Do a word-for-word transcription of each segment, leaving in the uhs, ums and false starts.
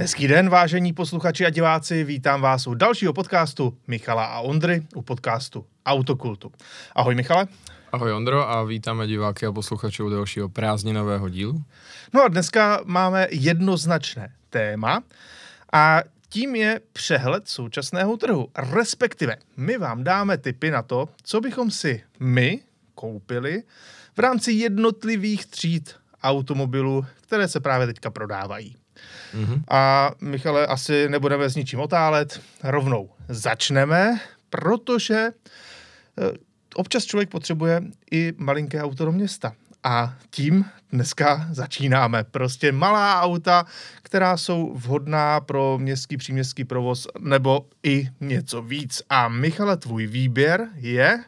Hezký den, vážení posluchači a diváci, vítám vás u dalšího podcastu Michala a Ondry, u podcastu Autokultu. Ahoj Michale. Ahoj Ondro a vítáme diváky a posluchače u dalšího prázdninového dílu. No a dneska máme jednoznačné téma a tím je přehled současného trhu, respektive my vám dáme tipy na to, co bychom si my koupili v rámci jednotlivých tříd automobilů, které se právě teďka prodávají. Mm-hmm. A Michale, asi nebudeme s ničím otálet, rovnou začneme, protože občas člověk potřebuje i malinké auto do města. A tím dneska začínáme. Prostě malá auta, která jsou vhodná pro městský, příměstský provoz, nebo i něco víc. A Michale, tvůj výběr je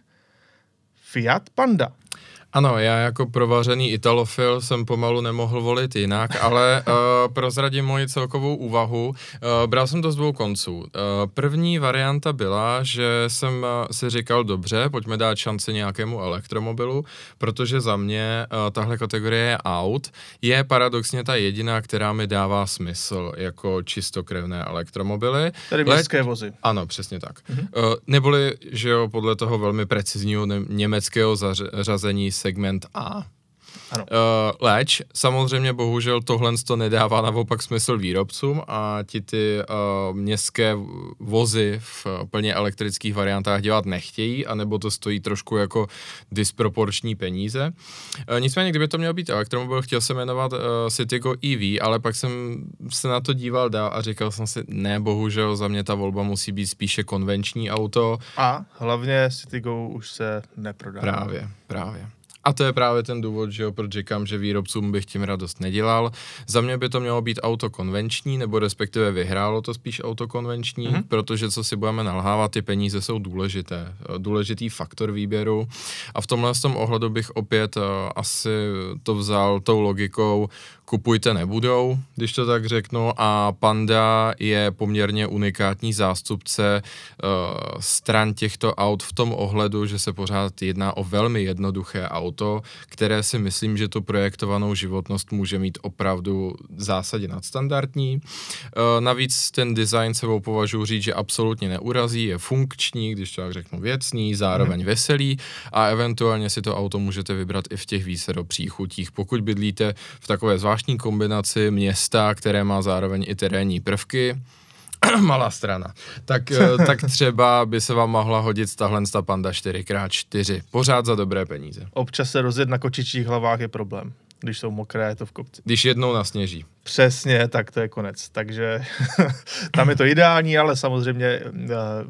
Fiat Panda. Ano, já jako provařený italofil jsem pomalu nemohl volit jinak, ale uh, prozradím moji celkovou úvahu. Uh, bral jsem to z dvou konců. Uh, první varianta byla, že jsem uh, si říkal, dobře, pojďme dát šanci nějakému elektromobilu, protože za mě uh, tahle kategorie aut je paradoxně ta jediná, která mi dává smysl jako čistokrevné elektromobily. Tedy městské Let... vozy. Ano, přesně tak. Mm-hmm. Uh, neboli, že jo, podle toho velmi precizního ne- německého zařazení segment A. Ano. Uh, leč, samozřejmě bohužel tohle to nedává naopak smysl výrobcům a ti ty uh, městské vozy v plně elektrických variantách dělat nechtějí, anebo to stojí trošku jako disproporční peníze. Uh, nicméně, kdyby to měl být elektromobil, chtěl jsem jmenovat uh, Citigo E V, ale pak jsem se na to díval dál a říkal jsem si, ne, bohužel za mě ta volba musí být spíše konvenční auto. A hlavně Citigo už se neprodává. Právě, právě. A to je právě ten důvod, že jo, proč říkám, že výrobcům bych tím radost nedělal. Za mě by to mělo být auto konvenční, nebo respektive vyhrálo to spíš auto konvenční, mm-hmm. protože co si budeme nalhávat, ty peníze jsou důležité. Důležitý faktor výběru. A v tomhle tom ohledu bych opět uh, asi to vzal tou logikou, kupujte nebudou, když to tak řeknu, a Panda je poměrně unikátní zástupce uh, stran těchto aut v tom ohledu, že se pořád jedná o velmi jednoduché auto, které si myslím, že tu projektovanou životnost může mít opravdu v zásadě nadstandardní. Uh, navíc ten design sebou považuji říct, že absolutně neurazí, je funkční, když to tak řeknu věcný, zároveň hmm. veselý a eventuálně si to auto můžete vybrat i v těch vícero příchutích. Pokud bydlíte v takové zvláštní kombinaci města, které má zároveň i terénní prvky, malá strana, tak, tak třeba by se vám mohla hodit tahle Panda čtyři krát čtyři. Pořád za dobré peníze. Občas se rozjet na kočičích hlavách je problém. Když jsou mokré, je to v kopci. Když jednou nasněží. Přesně, tak to je konec. Takže tam je to ideální, ale samozřejmě uh,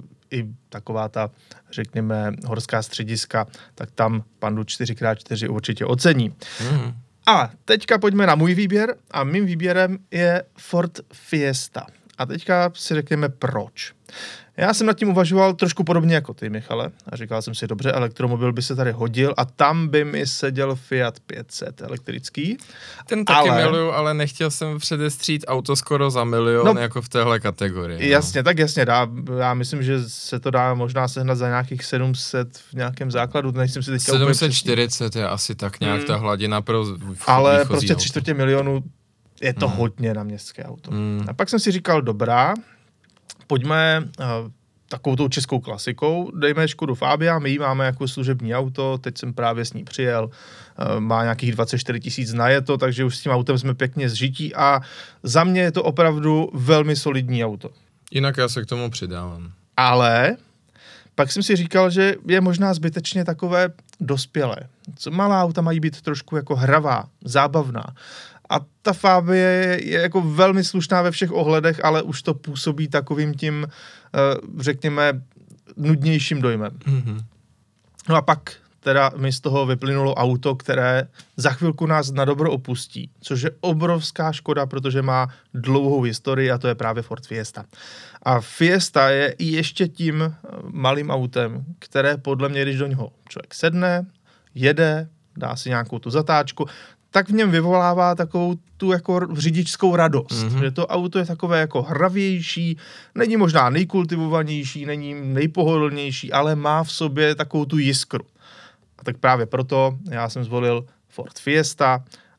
i taková ta, řekněme, horská střediska, tak tam Pandu čtyři krát čtyři určitě ocení. Mm. A teďka pojďme na můj výběr a mým výběrem je Ford Fiesta. A teďka si řekněme proč. Já jsem nad tím uvažoval trošku podobně jako ty, Michale, a říkal jsem si, dobře, elektromobil by se tady hodil a tam by mi seděl Fiat pět set elektrický. Ten taky ale... miluju, ale nechtěl jsem předestřít auto skoro za milion, no, jako v téhle kategorii. Jasně, no. tak jasně, dá, já myslím, že se to dá možná sehnat za nějakých sedm set v nějakém základu, nejsem si teďka sedm set čtyřicet je asi tak nějak hmm. ta hladina pro ale prostě tři čtvrtě milionu je to hmm. hodně na městské auto. Hmm. A pak jsem si říkal, dobrá, pojďme uh, takovou tou českou klasikou, dejme Škodu Fabia, my ji máme jako služební auto, teď jsem právě s ní přijel, uh, má nějakých dvacet čtyři tisíc najeto, takže už s tím autem jsme pěkně zžití a za mě je to opravdu velmi solidní auto. Jinak já se k tomu přidávám. Ale pak jsem si říkal, že je možná zbytečně takové dospělé. Co malá auta mají být trošku jako hravá, zábavná. A ta Fabie je, je jako velmi slušná ve všech ohledech, ale už to působí takovým tím, řekněme, nudnějším dojmem. Mm-hmm. No a pak teda mi z toho vyplynulo auto, které za chvilku nás na dobro opustí, což je obrovská škoda, protože má dlouhou historii a to je právě Ford Fiesta. A Fiesta je i ještě tím malým autem, které podle mě, když do něho člověk sedne, jede, dá si nějakou tu zatáčku, tak v něm vyvolává takovou tu jako řidičskou radost. Mm-hmm. Že to auto je takové jako hravější, není možná nejkultivovanější, není nejpohodlnější, ale má v sobě takovou tu jiskru. A tak právě proto já jsem zvolil Ford Fiesta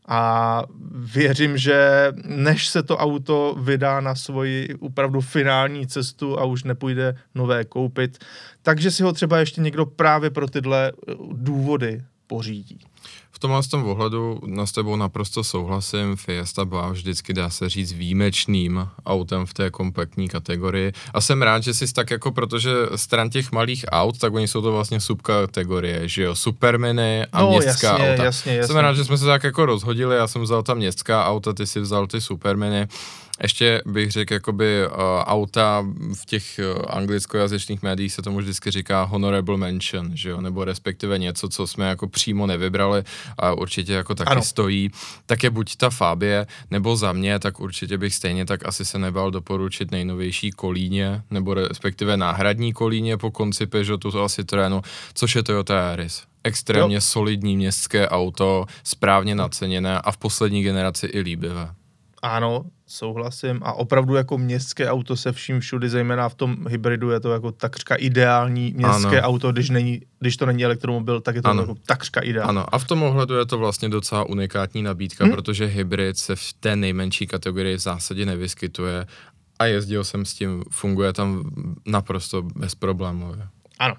A věřím, že než se to auto vydá na svoji opravdu finální cestu a už nepůjde nové koupit, takže si ho třeba ještě někdo právě pro tyhle důvody pořídí. V tomhle z tom ohledu na s tebou naprosto souhlasím. Fiesta byla vždycky, dá se říct, výjimečným autem v té kompaktní kategorii. A jsem rád, že jsi tak jako, protože stran těch malých aut, tak oni jsou to vlastně subkategorie, že jo, superminy a no, městská jasně, auta. Jasně, jasně. Jsem rád, že jsme se tak jako rozhodili, já jsem vzal ta městská auta, ty si vzal ty superminy. Ještě bych řekl, jakoby uh, auta v těch uh, anglickojazyčných médiích se tomu vždycky říká honorable mention, že jo, nebo respektive něco, co jsme jako přímo nevybrali a určitě jako taky ano. stojí, tak je buď ta Fabie, nebo za mě, tak určitě bych stejně tak asi se nebál doporučit nejnovější Kolíně, nebo respektive náhradní Kolíně po konci Peugeotu a Citroenu, což je Toyota Yaris. Extrémně jo. solidní městské auto, správně naceněné a v poslední generaci i líbivé. Ano, souhlasím a opravdu jako městské auto se vším všudy, zejména v tom hybridu je to jako takřka ideální městské ano. auto, když, není, když to není elektromobil, tak je to jako takřka ideální. Ano, a v tom ohledu je to vlastně docela unikátní nabídka, hmm? protože hybrid se v té nejmenší kategorii v zásadě nevyskytuje a jezdil jsem s tím, funguje tam naprosto bezproblémově. Ano.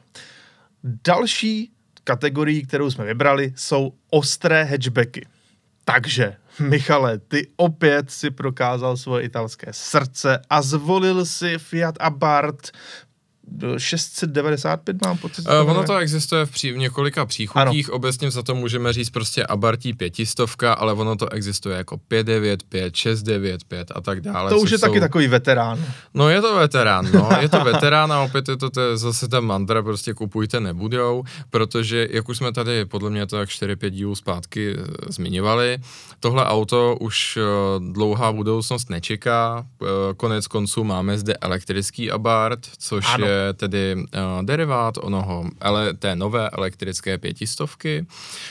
Další kategorii, kterou jsme vybrali, jsou ostré hatchbacky. Takže, Michale, ty opět si prokázal svoje italské srdce a zvolil si Fiat Abarth šest set devadesát pět, mám pocit. Uh, ono to existuje v, pří, v několika příchutích, ano. Obecně za to můžeme říct prostě Abarthí pětistovka, ale ono to existuje jako pět devět pět, šest devět pět a tak dále. To už je jsou... taky takový veterán. No je to veterán, no, je to veterán a opět je to te, zase ta mantra, prostě kupujte nebudou, protože jak už jsme tady podle mě to tak čtyři pět dílů zpátky zmiňovali, tohle auto už uh, dlouhá budoucnost nečeká, uh, konec konců máme zde elektrický Abarth, což ano. je tedy uh, derivát onoho, ele, té nové elektrické pětistovky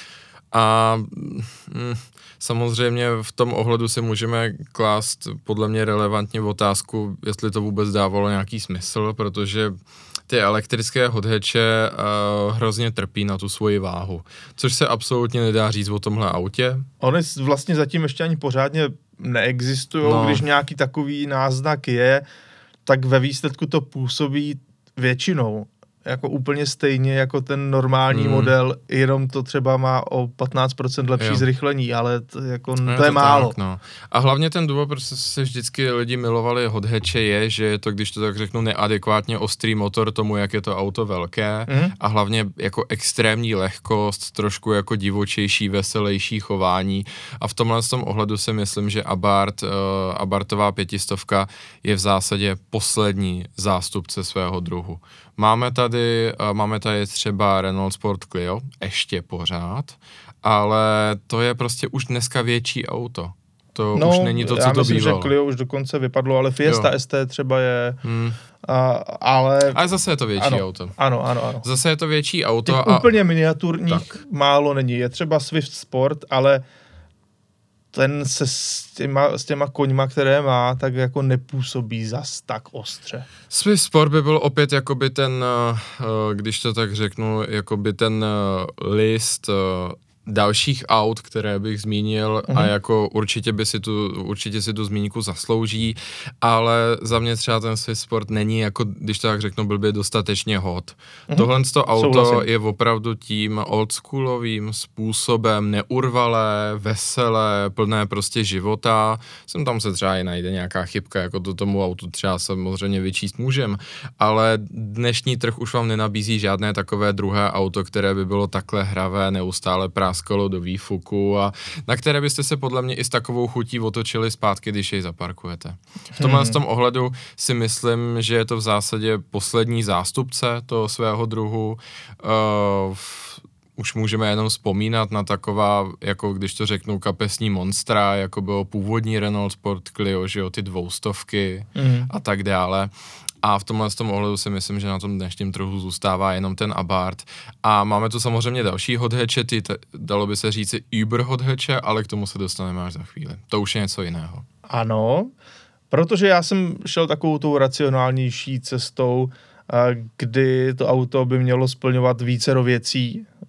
a mm, samozřejmě v tom ohledu si můžeme klást podle mě relevantně otázku, jestli to vůbec dávalo nějaký smysl, protože ty elektrické hothatche uh, hrozně trpí na tu svoji váhu, což se absolutně nedá říct o tomhle autě. Ony vlastně zatím ještě ani pořádně neexistují, no. Když nějaký takový náznak je, tak ve výsledku to působí většinou jako úplně stejně jako ten normální hmm. model, jenom to třeba má o patnáct procent lepší jo. zrychlení, ale to, jako, no, to je, je to málo. Tak, no. A hlavně ten důvod, proč se vždycky lidi milovali hothatche, je, že je to, když to tak řeknu, neadekvátně ostrý motor tomu, jak je to auto velké hmm. a hlavně jako extrémní lehkost, trošku jako divočejší, veselější chování a v tomhle tom ohledu si myslím, že Abarth, uh, Abarthová pětistovka je v zásadě poslední zástupce svého druhu. Máme tady, máme tady třeba Renault Sport Clio, ještě pořád, ale to je prostě už dneska větší auto. To no, už není to, co já to myslím, bývalo. že Clio už dokonce vypadlo, ale Fiesta jo. S T třeba je, hmm. a, ale... Ale zase je to větší ano, auto. Ano, ano, ano. Zase je to větší auto. Těch a... úplně miniaturních tak. málo není. Je třeba Swift Sport, ale ten se s těma, s těma koňma, které má, tak jako nepůsobí zas tak ostře. Swift Sport by byl opět jakoby ten, když to tak řeknu, jakoby ten list dalších aut, které bych zmínil uh-huh. a jako určitě by si tu, určitě si tu zmínku zaslouží, ale za mě třeba ten Swift Sport není jako, když to tak řeknu, blbě dostatečně hot. Uh-huh. Tohle to auto Souhlasím. Je opravdu tím oldschoolovým způsobem neurvalé, veselé, plné prostě života. Sem tam se třeba i najde nějaká chybka, jako to tomu autu třeba samozřejmě vyčíst můžem, ale dnešní trh už vám nenabízí žádné takové druhé auto, které by bylo takhle hravé, neustále prázdné skalo do výfuku a na které byste se podle mě i s takovou chutí otočili zpátky, když jej zaparkujete. V tomhle hmm. z tom ohledu si myslím, že je to v zásadě poslední zástupce toho svého druhu. Uh, už můžeme jenom vzpomínat na taková, jako když to řeknu, kapesní monstra, jako bylo původní Renault Sport Clio, že jo, ty dvoustovky hmm. a tak dále. A v tomhle z tom ohledu si myslím, že na tom dnešním trhu zůstává jenom ten Abarth. A máme tu samozřejmě další hothatche, ty t- dalo by se říci Uber hothatche, ale k tomu se dostaneme až za chvíli. To už je něco jiného. Ano, protože já jsem šel takovou tou racionálnější cestou, kdy to auto by mělo splňovat vícero věcí.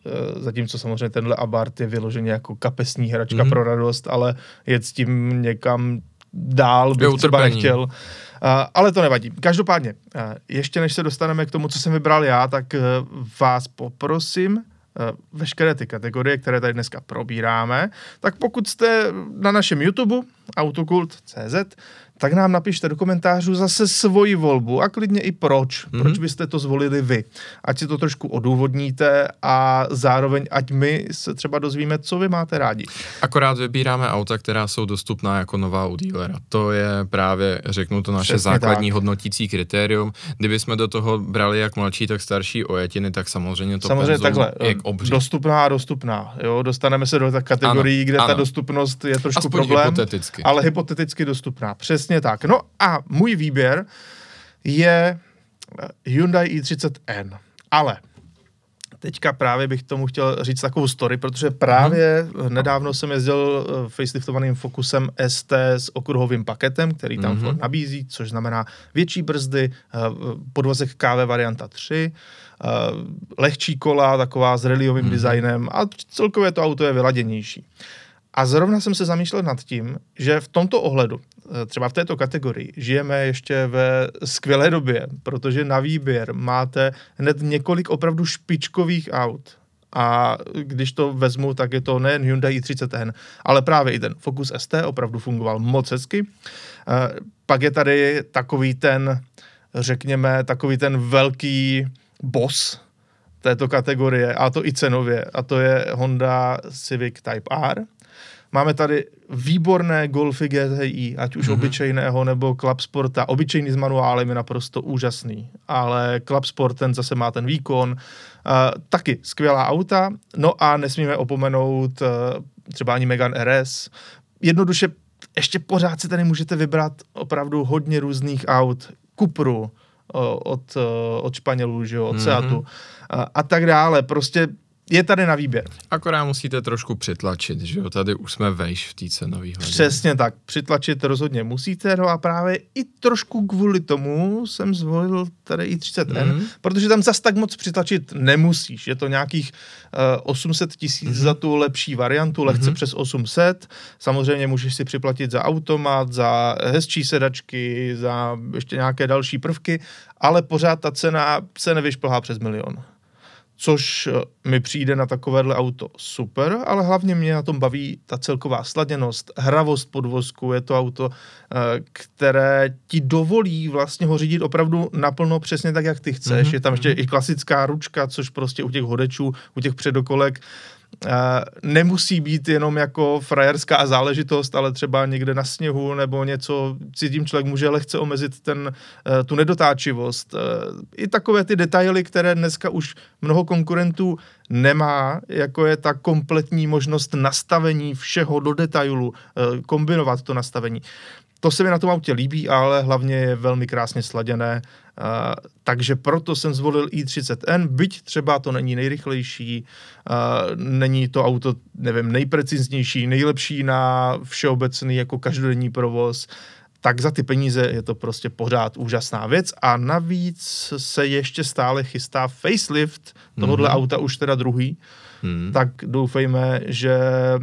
zatímco samozřejmě tenhle Abarth je vyloženě jako kapesní hračka mm-hmm. pro radost, ale jet s tím někam dál bych třeba nechtěl. Uh, ale to nevadí. Každopádně, uh, ještě než se dostaneme k tomu, co jsem vybral já, tak uh, vás poprosím, uh, veškeré ty kategorie, které tady dneska probíráme, tak pokud jste na našem YouTube, autokult tečka cé zet, tak nám napište do komentářů zase svoji volbu a klidně i proč. Mm-hmm. Proč byste to zvolili vy. Ať si to trošku odůvodníte a zároveň ať my se třeba dozvíme, co vy máte rádi. Akorát vybíráme auta, která jsou dostupná jako nová u dealera. To je právě, řeknu to, naše Přesně základní tak. hodnotící kritérium. Kdyby jsme do toho brali jak mladší, tak starší ojetiny, tak samozřejmě to samozřejmě takhle, je obří. Dostupná a dostupná. Jo? Dostaneme se do tak kategorií, ano, kde ano. ta dostupnost je trošku Aspoň problém. Hypoteticky. Ale hypoteticky dostupná. Přesně tak. No a můj výběr je Hyundai i třicet N. Ale teďka právě bych tomu chtěl říct takovou story, protože právě mm. nedávno jsem jezdil faceliftovaným Focusem S T s okruhovým paketem, který tam mm-hmm. Ford nabízí, což znamená větší brzdy, podvozek K V varianta tři, lehčí kola, taková s rallyovým mm-hmm. designem a celkově to auto je vyladěnější. A zrovna jsem se zamýšlel nad tím, že v tomto ohledu, třeba v této kategorii, žijeme ještě ve skvělé době, protože na výběr máte hned několik opravdu špičkových aut. A když to vezmu, tak je to nejen Hyundai i třicet N, ale právě i ten Focus S T opravdu fungoval moc hezky. Pak je tady takový ten, řekněme, takový ten velký boss této kategorie, a to i cenově, a to je Honda Civic Type R. Máme tady výborné Golfy G T I, ať už mm-hmm. obyčejného nebo Club Sporta. Obyčejný s manuálem je naprosto úžasný, ale Club Sport ten zase má ten výkon. Uh, taky skvělá auta, no a nesmíme opomenout uh, třeba ani Megane R S. Jednoduše ještě pořád si tady můžete vybrat opravdu hodně různých aut. Cupru uh, od, uh, od Španělů, že jo, od mm-hmm. Seatu uh, a tak dále. Prostě je tady na výběr. Akorát musíte trošku přitlačit, že jo, tady už jsme vejš v té cenové hladině. Přesně tak, přitlačit rozhodně musíte, no a právě i trošku kvůli tomu jsem zvolil tady i třicet N, mm. protože tam zas tak moc přitlačit nemusíš, je to nějakých uh, osm set tisíc mm. za tu lepší variantu, lehce mm. přes osm set, samozřejmě můžeš si připlatit za automat, za hezčí sedačky, za ještě nějaké další prvky, ale pořád ta cena se nevyšplhá přes milion. Což mi přijde na takovéhle auto super, ale hlavně mě na tom baví ta celková sladěnost, hravost podvozku, je to auto, které ti dovolí vlastně ho řídit opravdu naplno přesně tak, jak ty chceš. Mm-hmm. Je tam ještě i klasická ručka, což prostě u těch hodečů, u těch předokolek Uh, nemusí být jenom jako frajerská záležitost, ale třeba někde na sněhu nebo něco, si tím člověk může lehce omezit ten, uh, tu nedotáčivost. Uh, I takové ty detaily, které dneska už mnoho konkurentů nemá, jako je ta kompletní možnost nastavení všeho do detailu, uh, kombinovat to nastavení. To se mi na tom autě líbí, ale hlavně je velmi krásně sladěné, uh, takže proto jsem zvolil i třicet N, byť třeba to není nejrychlejší, uh, není to auto, nevím, nejpreciznější, nejlepší na všeobecný jako každodenní provoz, tak za ty peníze je to prostě pořád úžasná věc a navíc se ještě stále chystá facelift tohohle mm-hmm. auta, už teda druhý, Hmm. tak doufejme, že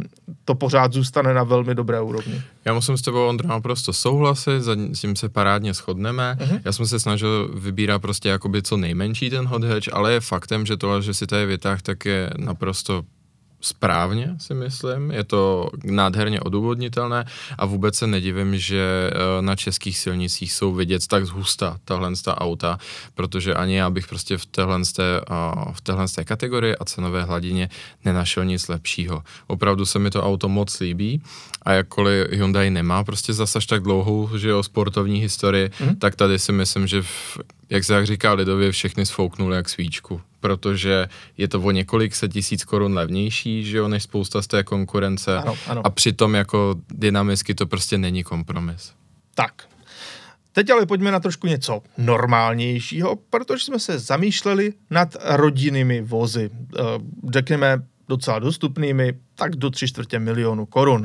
to pořád zůstane na velmi dobré úrovni. Já musím s tebou, Ondro, naprosto souhlasit, s tím se parádně shodneme. Uh-huh. Já jsem se snažil vybírat prostě jakoby co nejmenší ten hot hatch, ale je faktem, že tohle, že si tady vytáh, tak je naprosto správně, si myslím. Je to nádherně odůvodnitelné a vůbec se nedivím, že na českých silnicích jsou vidět tak zhusta tahle auta, protože ani já bych prostě v téhle, v téhle kategorii a cenové hladině nenašel nic lepšího. Opravdu se mi to auto moc líbí a jakkoliv Hyundai nemá prostě zase až tak dlouhou, že jo, sportovní historii, mm. tak tady si myslím, že v, jak se jak říká lidově, všechny sfouknuli jak svíčku, protože je to o několik set tisíc korun levnější, že jo, než spousta z té konkurence. Ano, ano. A přitom jako dynamicky to prostě není kompromis. Tak. Teď ale pojďme na trošku něco normálnějšího, protože jsme se zamýšleli nad rodinnými vozy. Řekněme docela dostupnými, tak do tři čtvrtě milionu korun.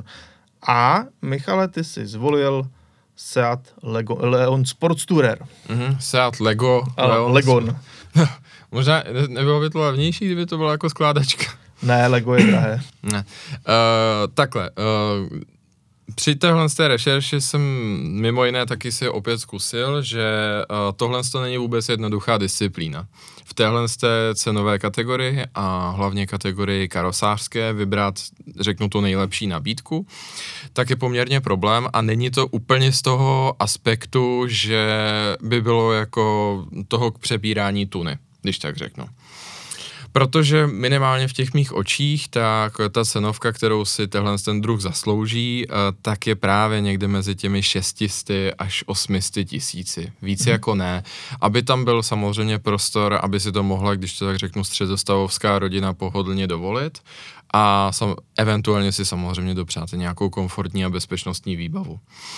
A Michale, ty jsi zvolil Seat Lego, Leon Sportstourer. Mm-hmm, Seat Lego. Leon. Legon. Možná nebylo by to levnější, kdyby to byla jako skládačka. Ne, Lego je drahé. Ne. Uh, takhle. Uh, Při téhle z té rešerši jsem mimo jiné taky si opět zkusil, že uh, tohle to není vůbec jednoduchá disciplína. V téhle z té cenové kategorii a hlavně kategorii karosářské vybrat, řeknu tu nejlepší nabídku, tak je poměrně problém a není to úplně z toho aspektu, že by bylo jako toho k přebírání tuny, když tak řeknu. Protože minimálně v těch mých očích, tak ta cenovka, kterou si tenhle ten druh zaslouží, tak je právě někde mezi těmi šestisty až osmisty tisíci. Víc mm. jako ne. Aby tam byl samozřejmě prostor, aby si to mohla, když to tak řeknu, středostavovská rodina pohodlně dovolit a sam, eventuálně si samozřejmě dopřát nějakou komfortní a bezpečnostní výbavu.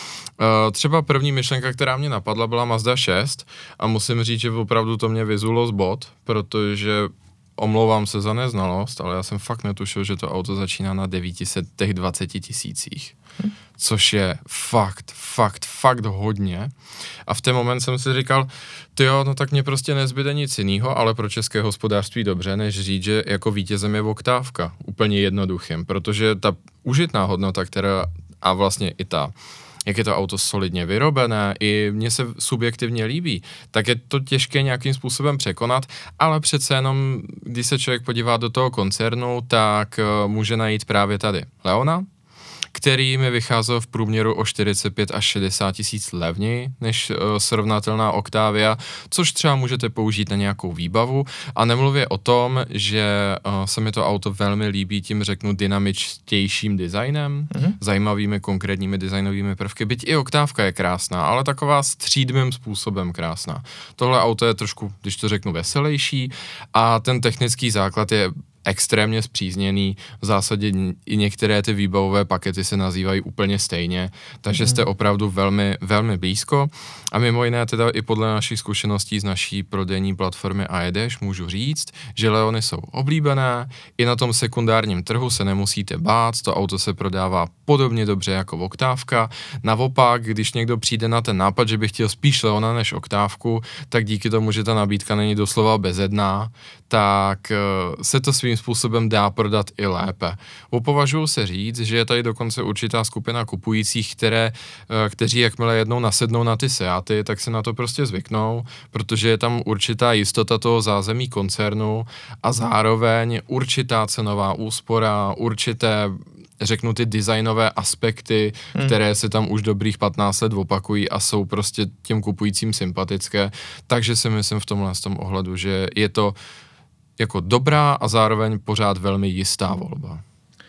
Uh, třeba první myšlenka, která mě napadla, byla Mazda šest a musím říct, že opravdu to mě vyzulo z bod, protože omlouvám se za neznalost, ale já jsem fakt netušil, že to auto začíná na devět set dvacet tisících. Hm. Což je fakt, fakt, fakt hodně. A v ten moment jsem si říkal, tyjo, no tak mě prostě nezbyde nic jinýho, ale pro české hospodářství dobře, než říct, že jako vítězem je oktávka. Úplně jednoduchým, protože ta užitná hodnota, která a vlastně i ta jak je to auto solidně vyrobené, i mně se subjektivně líbí, tak je to těžké nějakým způsobem překonat, ale přece jenom, když se člověk podívá do toho koncernu, tak uh, může najít právě tady Leona, který mi vycházel v průměru o čtyřicet pět až šedesát tisíc levněji než uh, srovnatelná Octavia, což třeba můžete použít na nějakou výbavu a nemluvě o tom, že uh, se mi to auto velmi líbí tím, řeknu, dynamičtějším designem, mm-hmm. zajímavými konkrétními designovými prvky, byť i Octávka je krásná, ale taková střídmým způsobem krásná. Tohle auto je trošku, když to řeknu, veselější a ten technický základ je extrémně zpřízněný, v zásadě i některé ty výbavové pakety se nazývají úplně stejně, takže mm. jste opravdu velmi, velmi blízko a mimo jiné teda i podle našich zkušeností z naší prodejní platformy iDash můžu říct, že Leony jsou oblíbené, i na tom sekundárním trhu se nemusíte bát, to auto se prodává podobně dobře jako Octávka, naopak, když někdo přijde na ten nápad, že by chtěl spíš Leona než Octávku, tak díky tomu, že ta nabídka není doslova bezedná, tak se to svým způsobem dá prodat i lépe. Opovažuji se říct, že je tady dokonce určitá skupina kupujících, které, kteří jakmile jednou nasednou na ty Seaty, tak se na to prostě zvyknou, protože je tam určitá jistota toho zázemí koncernu a zároveň určitá cenová úspora, určité řeknu ty designové aspekty, hmm. které se tam už dobrých patnáct let opakují a jsou prostě těm kupujícím sympatické, takže si myslím v tomhle z tom ohledu, že je to jako dobrá a zároveň pořád velmi jistá volba.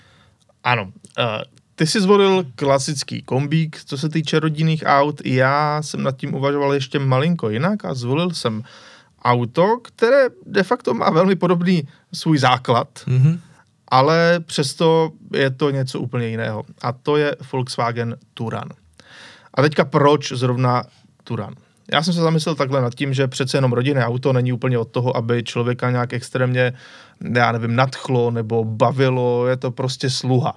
Ano. Uh, ty jsi zvolil klasický kombík, co se týče rodinných aut. Já jsem nad tím uvažoval ještě malinko jinak a zvolil jsem auto, které de facto má velmi podobný svůj základ, mm-hmm. ale přesto je to něco úplně jiného. A to je Volkswagen Touran. A teďka proč zrovna Touran? Já jsem se zamyslel takhle nad tím, že přece jenom rodinné auto není úplně od toho, aby člověka nějak extrémně, já nevím, nadchlo nebo bavilo, je to prostě sluha.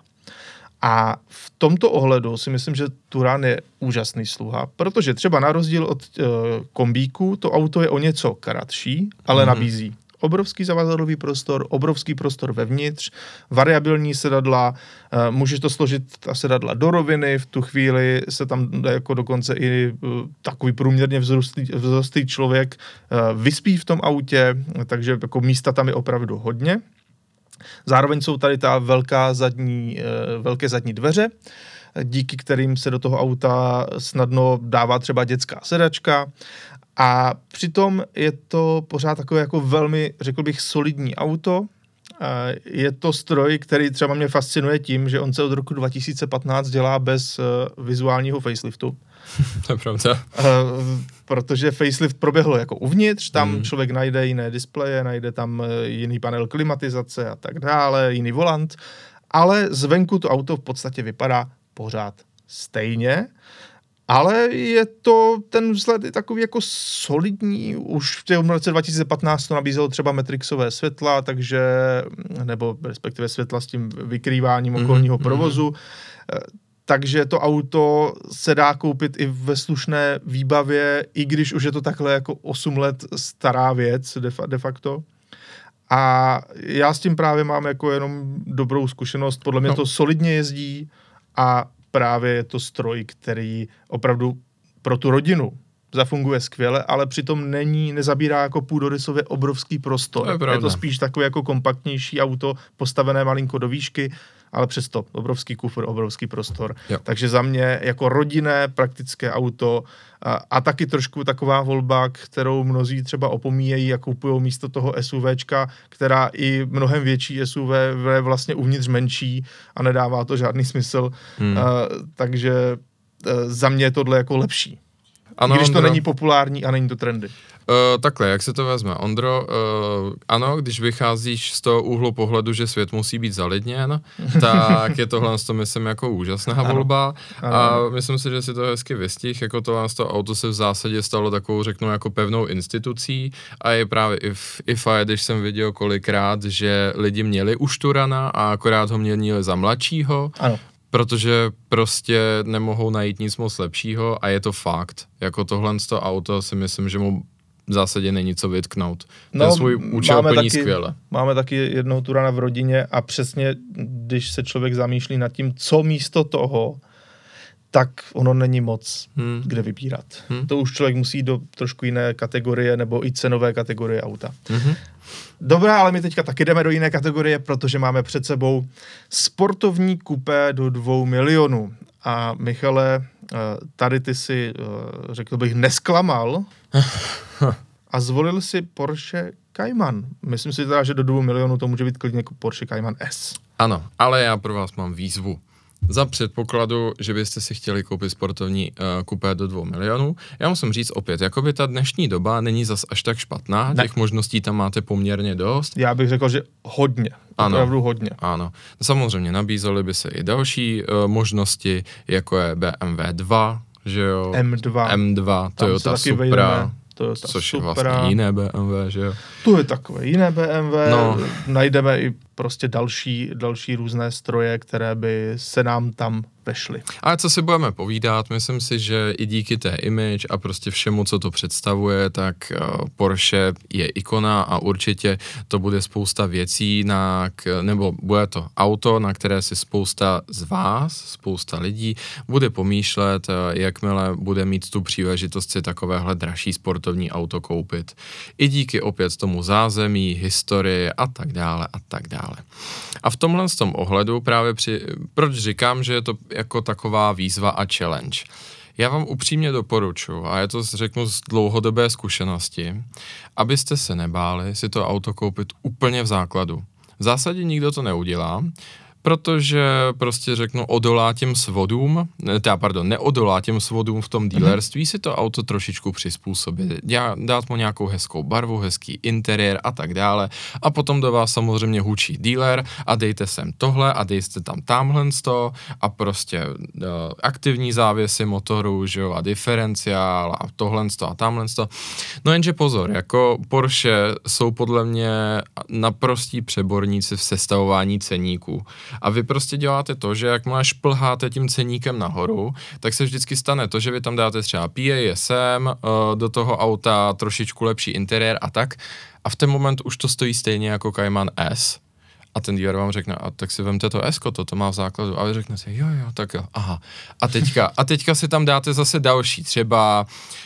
A v tomto ohledu si myslím, že Touran je úžasný sluha, protože třeba na rozdíl od e, kombíku, to auto je o něco kratší, ale mm-hmm. nabízí obrovský zavazadlový prostor, obrovský prostor vevnitř, variabilní sedadla, e, můžeš to složit ta sedadla do roviny, v tu chvíli se tam jako dokonce i e, takový průměrně vzrostlý, vzrostlý člověk e, vyspí v tom autě, takže jako místa tam je opravdu hodně. Zároveň jsou tady ta velká zadní, velké zadní dveře, díky kterým se do toho auta snadno dává třeba dětská sedačka a přitom je to pořád takové jako velmi, řekl bych, solidní auto. Je to stroj, který třeba mě fascinuje tím, že on se od roku dva tisíce patnáct dělá bez vizuálního faceliftu. To je pravda. Uh, protože facelift proběhlo jako uvnitř, tam mm. člověk najde jiné displeje, najde tam jiný panel klimatizace a tak dále, jiný volant, ale zvenku to auto v podstatě vypadá pořád stejně, ale je to, ten vzhled je takový jako solidní, už v tom roce dva tisíce patnáct to nabízelo třeba metrixové světla, takže, nebo respektive světla s tím vykrýváním okolního mm. provozu, takže to auto se dá koupit i ve slušné výbavě, i když už je to takhle jako osm let stará věc de, fa- de facto. A já s tím právě mám jako jenom dobrou zkušenost. Podle mě no. to solidně jezdí a právě je to stroj, který opravdu pro tu rodinu zafunguje skvěle, ale přitom není, nezabírá jako půdorysově obrovský prostor. To je, je to spíš takové jako kompaktnější auto, postavené malinko do výšky, ale přesto obrovský kufr, obrovský prostor. Jo. Takže za mě jako rodinné praktické auto a, a taky trošku taková volba, kterou mnozí třeba opomíjejí a kupují místo toho SUVčka, která i mnohem větší S U V je vlastně uvnitř menší a nedává to žádný smysl. Hmm. A, takže a, za mě je tohle jako lepší. Ano, když to Ondro, není populární a není to trendy. Uh, takhle, jak se to vezme? Ondro, uh, ano, když vycházíš z toho úhlu pohledu, že svět musí být zalidněn, tak je tohle to myslím jako úžasná ano. volba ano. a myslím si, že si to hezky vystih, jako tohle to auto se v zásadě stalo takovou, řeknu, jako pevnou institucí a je právě i v I F A, když jsem viděl kolikrát, že lidi měli už Turana a akorát ho měli za mladšího. Ano. Protože prostě nemohou najít nic moc lepšího a je to fakt. Jako tohle z toho auto si myslím, že mu v zásadě není co vytknout. No, ten svůj účel plní skvěle. Máme taky jednoho Turana v rodině a přesně, když se člověk zamýšlí nad tím, co místo toho, tak ono není moc hmm. kde vybírat. Hmm. To už člověk musí do trošku jiné kategorie nebo i cenové kategorie auta. Hmm. Dobrá, ale my teďka taky jdeme do jiné kategorie, protože máme před sebou sportovní kupé do dvou milionů. A Michale, tady ty si, řekl bych, nesklamal a zvolil si Porsche Cayman. Myslím si teda, že do dvou milionů to může být klidně jako Porsche Cayman S. Ano, ale já pro vás mám výzvu. Za předpokladu, že byste si chtěli koupit sportovní uh, kupé do dvou milionů. Já musím říct opět, jakoby ta dnešní doba není zas až tak špatná, ne. Těch možností tam máte poměrně dost. Já bych řekl, že hodně, ano, opravdu hodně. Ano, samozřejmě nabízely by se i další uh, možnosti, jako je B M W dva, že jo? M dva. M dva, Toyota Supra. Toyota což Supra. Je vlastně jiné B M W, že jo? To je takové jiné B M W, no. Najdeme i prostě další, další různé stroje, které by se nám tam vešly. Ale co si budeme povídat, myslím si, že i díky té image a prostě všemu, co to představuje, tak uh, Porsche je ikona a určitě to bude spousta věcí, na k, nebo bude to auto, na které si spousta z vás, spousta lidí bude pomýšlet, uh, jakmile bude mít tu příležitost si takovéhle dražší sportovní auto koupit. I díky opět tomu zázemí, historii a tak dále a tak dále. A v tomhle z tom ohledu právě při, proč říkám, že je to jako taková výzva a challenge. Já vám upřímně doporučuji, a je to řeknu z dlouhodobé zkušenosti, abyste se nebáli si to auto koupit úplně v základu. V zásadě nikdo to neudělá, protože prostě řeknu odolá těm svodům, teda pardon, neodolá těm svodům v tom dealerství, si to auto trošičku přizpůsobit, dát mu nějakou hezkou barvu, hezký interiér a tak dále a potom do vás samozřejmě hučí dealer a dejte sem tohle a dejte tam tamhle sto a prostě uh, aktivní závěsy motoru, že jo, a diferenciál a tohle sto a tamhle sto. No jenže pozor, jako Porsche jsou podle mě naprostí přeborníci v sestavování ceníků. A vy prostě děláte to, že jakmile šplháte tím ceníkem nahoru, tak se vždycky stane to, že vy tam dáte třeba P A S M, uh, do toho auta trošičku lepší interiér a tak. A v ten moment už to stojí stejně jako Cayman S. A ten dealer vám řekne, a tak si vemte to S-ko, to, to má v základu. A vy řeknete, jo, jo, tak jo, aha. A teďka, a teďka si tam dáte zase další, třeba,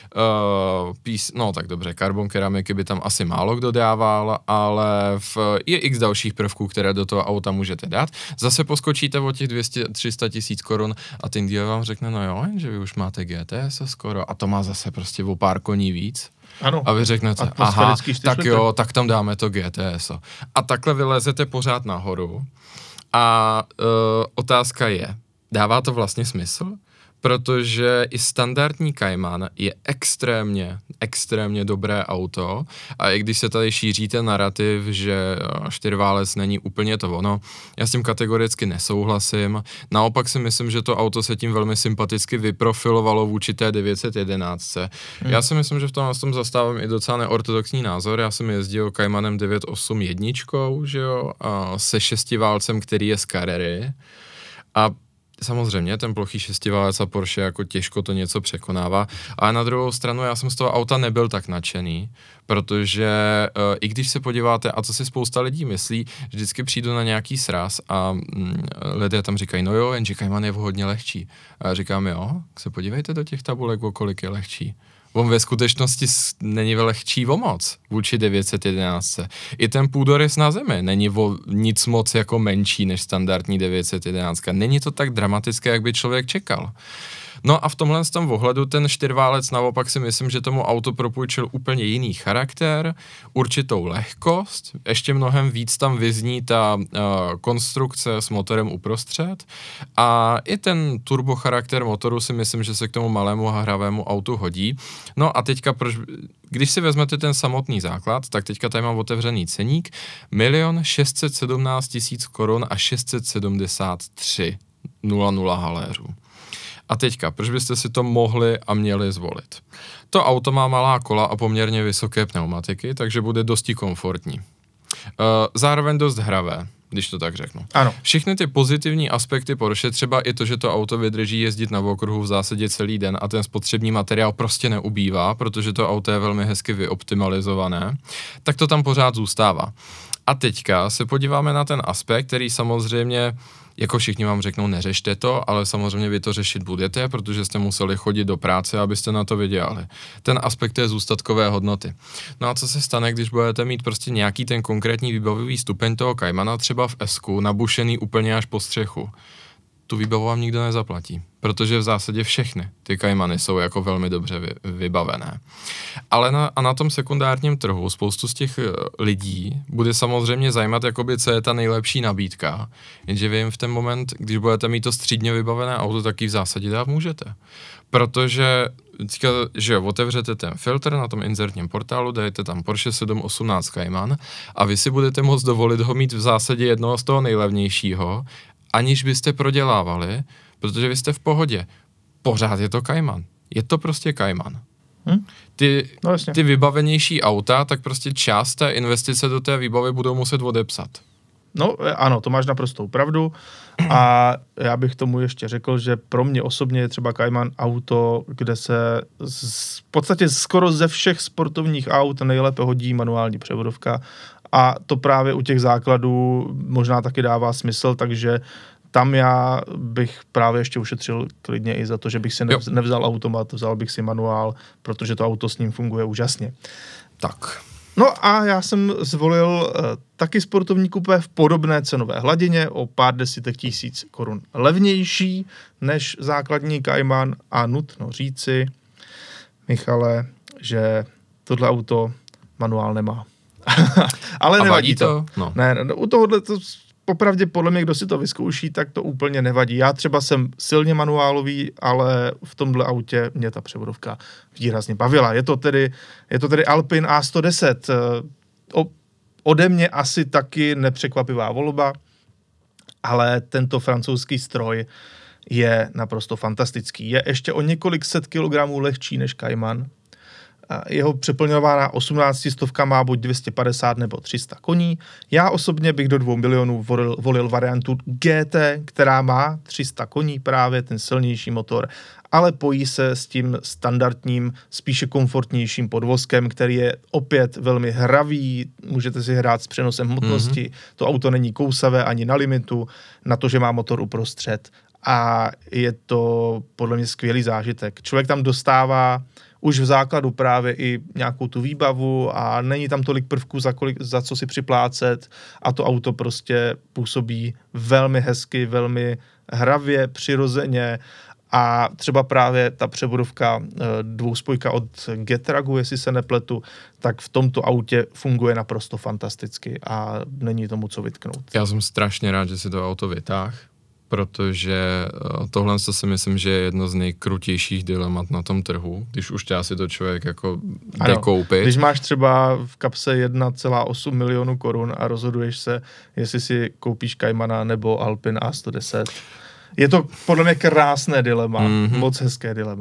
uh, pís, no tak dobře, karbon keramiky by tam asi málo kdo dával, ale v, je x dalších prvků, které do toho auta můžete dát. Zase poskočíte o těch dvě stě tři sta tisíc korun a ten dealer vám řekne, no jo, že vy už máte G T S skoro a to má zase prostě o pár koní víc. Ano. A vy řeknete, aha, tak jo, tak tam dáme to G T S. A takhle vylezete pořád nahoru. A uh, otázka je, dává to vlastně smysl? Protože i standardní Cayman je extrémně, extrémně dobré auto a i když se tady šíří ten narrativ, že čtyřválec není úplně to ono, já s tím kategoricky nesouhlasím. Naopak si myslím, že to auto se tím velmi sympaticky vyprofilovalo vůči té devět set jedenáct. Hmm. Já si myslím, že v tom, v tom zastávám i docela neortodoxní názor. Já jsem jezdil Caymanem devět osm jedna, že jo, a se šestiválcem, který je z Carrery. A samozřejmě, ten plochý šestiválec a Porsche jako těžko to něco překonává, ale na druhou stranu já jsem z toho auta nebyl tak nadšený, protože uh, i když se podíváte, a co si spousta lidí myslí, vždycky přijdu na nějaký sraz a mm, lidé tam říkají, no jo, jenže Cayman je hodně lehčí. A já říkám, jo, se podívejte do těch tabulek, o kolik je lehčí. On ve skutečnosti není lehčí o moc vůči devět set jedenáct. I ten půdorys na zemi není o nic moc jako menší než standardní devět set jedenáct. Není to tak dramatické, jak by člověk čekal. No a v tomhle z tom ohledu ten čtyřválec naopak si myslím, že tomu auto propůjčil úplně jiný charakter, určitou lehkost, ještě mnohem víc tam vyzní ta uh, konstrukce s motorem uprostřed a i ten turbo charakter motoru si myslím, že se k tomu malému a hravému autu hodí. No a teďka, proč, když si vezmete ten samotný základ, tak teďka tady mám otevřený ceník, milion šest set sedmnáct tisíc korun a šest set sedmdesát tři nula nula haléřů. A teďka, proč byste si to mohli a měli zvolit? To auto má malá kola a poměrně vysoké pneumatiky, takže bude dosti komfortní. Zároveň dost hravé, když to tak řeknu. Ano. Všechny ty pozitivní aspekty Porsche, třeba i to, že to auto vydrží jezdit na okruhu v zásadě celý den a ten spotřební materiál prostě neubývá, protože to auto je velmi hezky vyoptimalizované, tak to tam pořád zůstává. A teďka se podíváme na ten aspekt, který samozřejmě, jako všichni vám řeknou, neřešte to, ale samozřejmě vy to řešit budete, protože jste museli chodit do práce, abyste na to vydělali. Ten aspekt je zůstatkové hodnoty. No a co se stane, když budete mít prostě nějaký ten konkrétní výbavový stupeň toho Caymana, třeba v S-ku, nabušený úplně až po střechu? Tu výbavu vám nikdo nezaplatí, protože v zásadě všechny ty Caymany jsou jako velmi dobře vy, vybavené. Ale na, a na tom sekundárním trhu spoustu z těch lidí bude samozřejmě zajímat, jakoby, co je ta nejlepší nabídka, jenže vy jim v ten moment, když budete mít to střídně vybavené auto, tak ji v zásadě dát můžete. Protože teďka, že jo, otevřete ten filtr na tom inzertním portálu, dajete tam Porsche sedm osmnáct Cayman a vy si budete moct dovolit ho mít v zásadě jednoho z toho nejlevnějšího, aniž byste prodělávali, protože vy jste v pohodě. Pořád je to Cayman. Je to prostě Cayman. Hm? Ty, no jasně. ty vybavenější auta, tak prostě část té investice do té výbavy budou muset odepsat. No ano, to máš naprostou pravdu a já bych tomu ještě řekl, že pro mě osobně je třeba Cayman auto, kde se z, v podstatě skoro ze všech sportovních aut nejlépe hodí manuální převodovka a to právě u těch základů možná taky dává smysl, takže tam já bych právě ještě ušetřil klidně i za to, že bych si nevz, nevzal automat, vzal bych si manuál, protože to auto s ním funguje úžasně. Tak. No a já jsem zvolil uh, taky sportovní kupé v podobné cenové hladině, o pár desítek tisíc korun levnější než základní Cayman a nutno říci, Michale, že tohle auto manuál nemá. Ale a nevadí to. to? No. Ne, ne, u tohohle to popravdě podle mě, kdo si to vyzkouší, tak to úplně nevadí. Já třeba jsem silně manuálový, ale v tomhle autě mě ta převodovka výrazně bavila. Je to tedy, je to tedy Alpine A sto deset. O, ode mě asi taky nepřekvapivá volba, ale tento francouzský stroj je naprosto fantastický. Je ještě o několik set kilogramů lehčí než Cayman. Jeho přeplňovaná osmnáctistovka má buď dvě stě padesát nebo tři sta koní. Já osobně bych do dvou milionů volil, volil variantu G T, která má tři sta koní, právě ten silnější motor, ale pojí se s tím standardním, spíše komfortnějším podvozkem, který je opět velmi hravý, můžete si hrát s přenosem hmotnosti, mm-hmm. To auto není kousavé ani na limitu, na to, že má motor uprostřed a je to podle mě skvělý zážitek. Člověk tam dostává už v základu právě i nějakou tu výbavu a není tam tolik prvků, za, kolik, za co si připlácet a to auto prostě působí velmi hezky, velmi hravě, přirozeně a třeba právě ta převodovka dvouspojka od Getragu, jestli se nepletu, tak v tomto autě funguje naprosto fantasticky a není tomu co vytknout. Já jsem strašně rád, že si to auto vytáhl, protože tohle si myslím, že je jedno z nejkrutějších dilemat na tom trhu, když už chtěl si to člověk jako jde ano, koupit. Když máš třeba v kapse jedna celá osm milionu korun a rozhoduješ se, jestli si koupíš Caymana nebo Alpine A sto deset. Je to podle mě krásné dilema, mm-hmm. moc hezké dilema.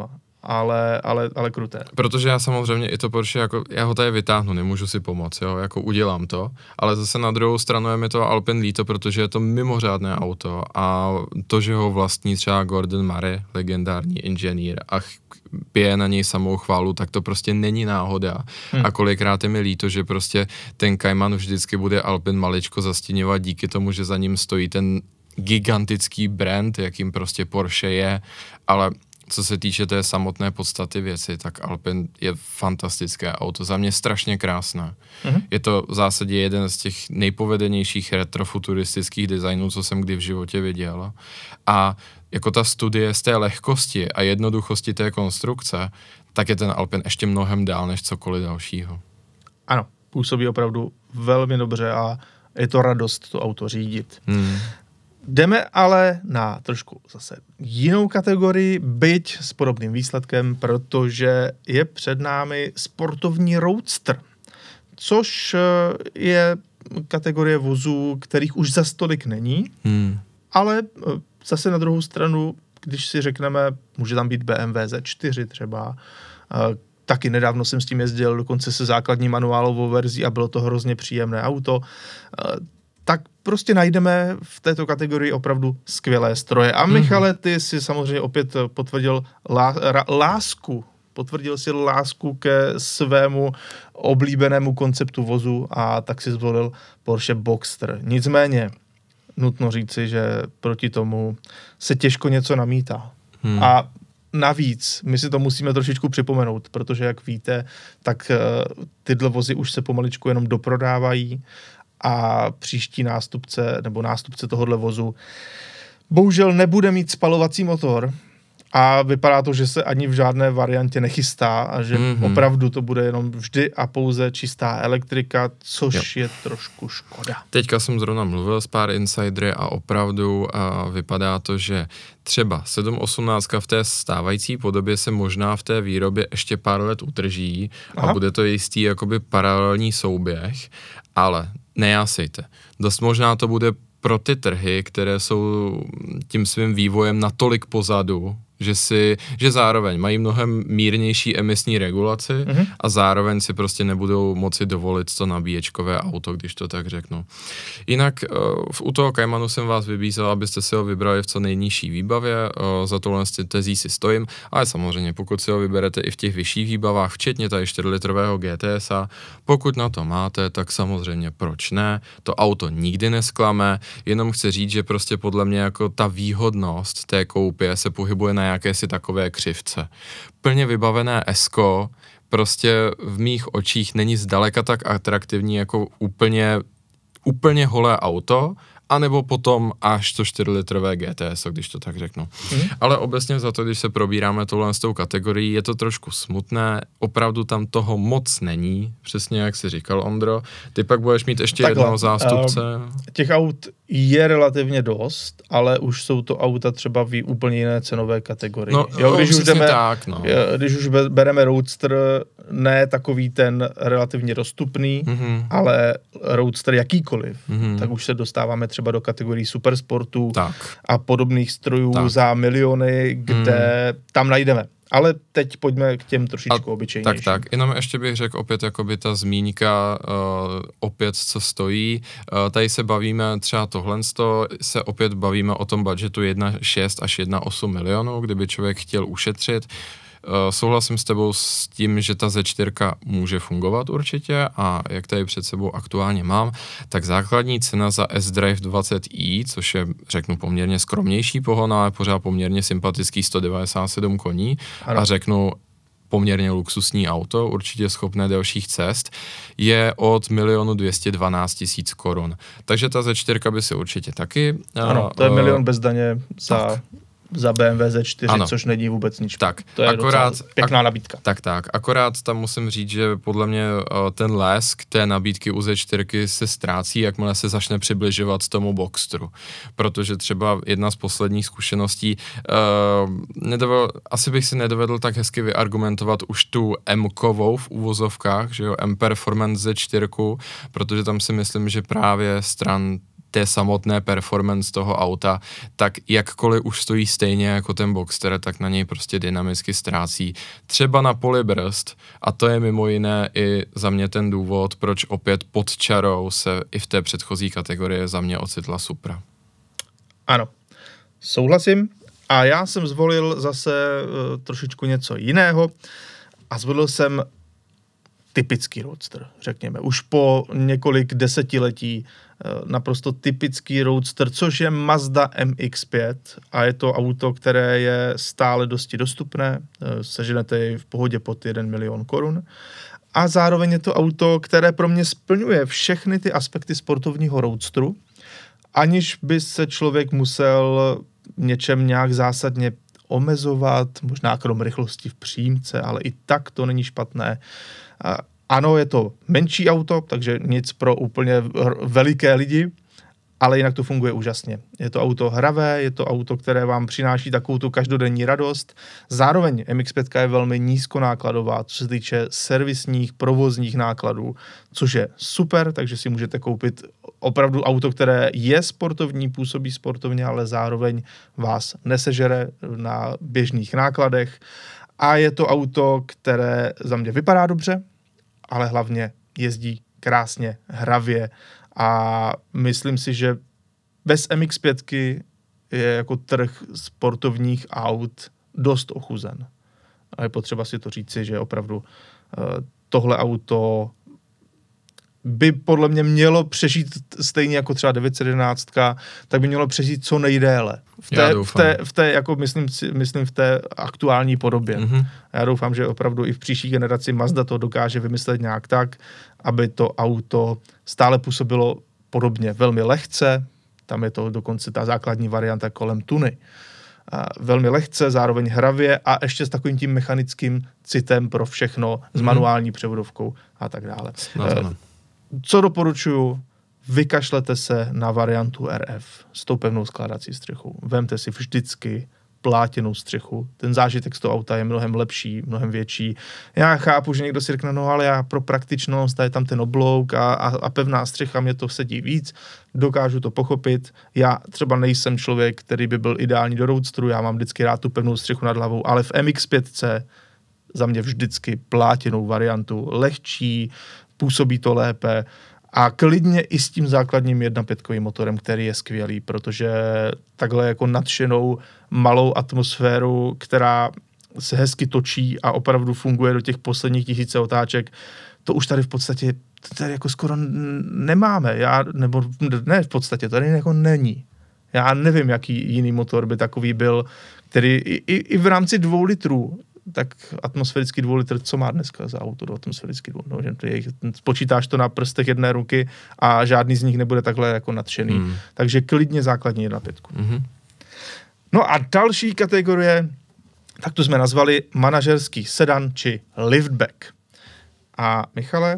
ale, ale, ale kruté. Protože já samozřejmě i to Porsche, jako já ho tady vytáhnu, nemůžu si pomoct, jo, jako udělám to, ale zase na druhou stranu je mi to Alpine líto, protože je to mimořádné auto a to, že ho vlastní třeba Gordon Murray, legendární inženýr a ch- pije na něj samou chválu, tak to prostě není náhoda. Hmm. A kolikrát je mi líto, že prostě ten Cayman vždycky bude Alpine maličko zastíňovat díky tomu, že za ním stojí ten gigantický brand, jakým prostě Porsche je, ale co se týče té samotné podstaty věci, tak Alpine je fantastické auto, za mě strašně krásné. Mm-hmm. Je to v zásadě jeden z těch nejpovedenějších retrofuturistických designů, co jsem kdy v životě viděl. A jako ta studie z té lehkosti a jednoduchosti té konstrukce, tak je ten Alpine ještě mnohem dál než cokoliv dalšího. Ano, působí opravdu velmi dobře a je to radost to auto řídit. Hmm. Jdeme ale na trošku zase jinou kategorii, byť s podobným výsledkem, protože je před námi sportovní roadster, což je kategorie vozů, kterých už za stolik není, hmm. ale zase na druhou stranu, když si řekneme, může tam být B M W Z čtyři třeba, taky nedávno jsem s tím jezdil, dokonce se základní manuálovou verzí a bylo to hrozně příjemné auto, tak prostě najdeme v této kategorii opravdu skvělé stroje. A Michale, ty si samozřejmě opět potvrdil lá, ra, lásku, potvrdil si lásku ke svému oblíbenému konceptu vozu a tak si zvolil Porsche Boxster. Nicméně, nutno říci, že proti tomu se těžko něco namítá. Hmm. A navíc, my si to musíme trošičku připomenout, protože jak víte, tak uh, tyhle vozy už se pomaličku jenom doprodávají a příští nástupce nebo nástupce tohohle vozu bohužel nebude mít spalovací motor a vypadá to, že se ani v žádné variantě nechystá a že mm-hmm. opravdu to bude jenom vždy a pouze čistá elektrika, což jo. je trošku škoda. Teďka jsem zrovna mluvil s pár insidery a opravdu a vypadá to, že třeba sedm osmnáct v té stávající podobě se možná v té výrobě ještě pár let utrží Aha. a bude to jistý jakoby paralelní souběh, ale nejásejte. Dost možná to bude pro ty trhy, které jsou tím svým vývojem natolik pozadu, že si, že zároveň mají mnohem mírnější emisní regulaci mm-hmm. a zároveň si prostě nebudou moci dovolit to nabíječkové auto, když to tak řeknu. Jinak v, u toho Caymanu jsem vás vybízel, abyste si ho vybrali v co nejnižší výbavě, za tohle tezí si stojím, ale samozřejmě pokud si ho vyberete i v těch vyšších výbavách, včetně tady čtyřlitrového G T S a, pokud na to máte, tak samozřejmě proč ne, to auto nikdy nesklame, jenom chci říct, že prostě podle mě jako ta výhodnost té koupě se pohybuje na jakési takové křivce. Plně vybavené S-ko prostě v mých očích není zdaleka tak atraktivní jako úplně, úplně holé auto, anebo potom až to čtyřlitrové G T S, když to tak řeknu. Mm. Ale obecně za to, když se probíráme tohle s tou kategorií, je to trošku smutné, opravdu tam toho moc není, přesně jak jsi říkal, Ondro. Ty pak budeš mít ještě Takhle, jednoho zástupce. Uh, těch aut je relativně dost, ale už jsou to auta třeba v úplně jiné cenové kategorii. No, jo, když, no, už jdeme, tak, no. když už bereme Roadster, ne takový ten relativně dostupný, mm-hmm. ale Roadster jakýkoliv, mm-hmm. tak už se dostáváme třeba do kategorii supersportů tak. a podobných strojů tak. za miliony, kde mm. tam najdeme. Ale teď pojďme k těm trošičku obyčejnějším. Tak, tak. Jenom ještě bych řekl opět jakoby ta zmínka uh, opět, co stojí. Uh, tady se bavíme třeba tohle, se opět bavíme o tom budžetu jedna celá šest až jedna celá osm milionů, kdyby člověk chtěl ušetřit. Uh, souhlasím s tebou s tím, že ta Z čtyři může fungovat určitě a jak tady před sebou aktuálně mám, tak základní cena za S-Drive dvacet i, což je, řeknu, poměrně skromnější pohon, ale pořád poměrně sympatický sto devadesát sedm koní ano. a řeknu poměrně luxusní auto, určitě schopné delších cest, je od milionu dvě stě dvanáct tisíc korun. Takže ta Z čtyři by si určitě taky... Ano, to je uh, milion bez daně za... Tak. za B M W Z čtyři, ano. což není vůbec nic. Tak, to je akorát, pěkná nabídka. Tak, tak. Akorát tam musím říct, že podle mě ten lesk té nabídky u Z čtyři se ztrácí, jakmile se začne přibližovat tomu Boxsteru. Protože třeba jedna z posledních zkušeností, uh, nedovedl, asi bych si nedovedl tak hezky vyargumentovat už tu M-kovou v uvozovkách, že jo, M-Performance Z čtyři, protože tam si myslím, že právě stran té samotné performance toho auta, tak jakkoliv už stojí stejně jako ten Boxster, tak na něj prostě dynamicky ztrácí. Třeba na poli brzd, a to je mimo jiné i za mě ten důvod, proč opět pod čarou se i v té předchozí kategorii za mě ocitla Supra. Ano, souhlasím. A já jsem zvolil zase uh, trošičku něco jiného a zvolil jsem typický roadster, řekněme. Už po několik desetiletí uh, naprosto typický roadster, což je Mazda M X pět a je to auto, které je stále dosti dostupné. Uh, seženete jej v pohodě pod jeden milion korun. A zároveň je to auto, které pro mě splňuje všechny ty aspekty sportovního roadsteru, aniž by se člověk musel něčem nějak zásadně omezovat, možná krom rychlosti v přímce, ale i tak to není špatné. Ano, je to menší auto, takže nic pro úplně veliké lidi, ale jinak to funguje úžasně. Je to auto hravé, je to auto, které vám přináší takovou tu každodenní radost. Zároveň M X pět je velmi nízkonákladová, co se týče servisních, provozních nákladů, což je super, takže si můžete koupit opravdu auto, které je sportovní, působí sportovně, ale zároveň vás nesežere na běžných nákladech. A je to auto, které za mě vypadá dobře, ale hlavně jezdí krásně, hravě. A myslím si, že bez M X pět je jako trh sportovních aut dost ochuzen. A je potřeba si to říci, že opravdu uh, tohle auto by podle mě mělo přežít stejně jako třeba devět set jedenáct, tak by mělo přežít co nejdéle. V té, v té, v té jako myslím, myslím v té aktuální podobě. Mm-hmm. Já doufám, že opravdu i v příští generaci Mazda to dokáže vymyslet nějak tak, aby to auto stále působilo podobně, velmi lehce, tam je to dokonce ta základní varianta kolem tuny. A velmi lehce, zároveň hravě a ještě s takovým tím mechanickým citem pro všechno, mm-hmm. s manuální převodovkou a tak dále. No, Co doporučuju? Vykašlete se na variantu R F s tou pevnou skládací střechou. Vemte si vždycky plátěnou střechu. Ten zážitek z toho auta je mnohem lepší, mnohem větší. Já chápu, že někdo si řekne, no ale já pro praktičnost, je tam ten oblouk a, a, a pevná střecha, mě to sedí víc. Dokážu to pochopit. Já třeba nejsem člověk, který by byl ideální do roadsteru, já mám vždycky rád tu pevnou střechu nad hlavou, ale v M X pět za mě vždycky plátěnou variantu. Lehčí, působí to lépe a klidně i s tím základním jedna celá pět motorem, který je skvělý, protože takhle jako nadšenou malou atmosféru, která se hezky točí a opravdu funguje do těch posledních tisíce otáček, to už tady v podstatě tady jako skoro nemáme. Já, nebo ne v podstatě, tady jako není. Já nevím, jaký jiný motor by takový byl, který i, i, i v rámci dvou litrů tak atmosférický dvou litr, co má dneska za auto do atmosférický dvou? No, spočítáš to na prstech jedné ruky a žádný z nich nebude takhle jako nadšený. Mm. Takže klidně základní jedna celá pět. Mm-hmm. No a další kategorie, tak tu jsme nazvali manažerský sedan či liftback. A Michale,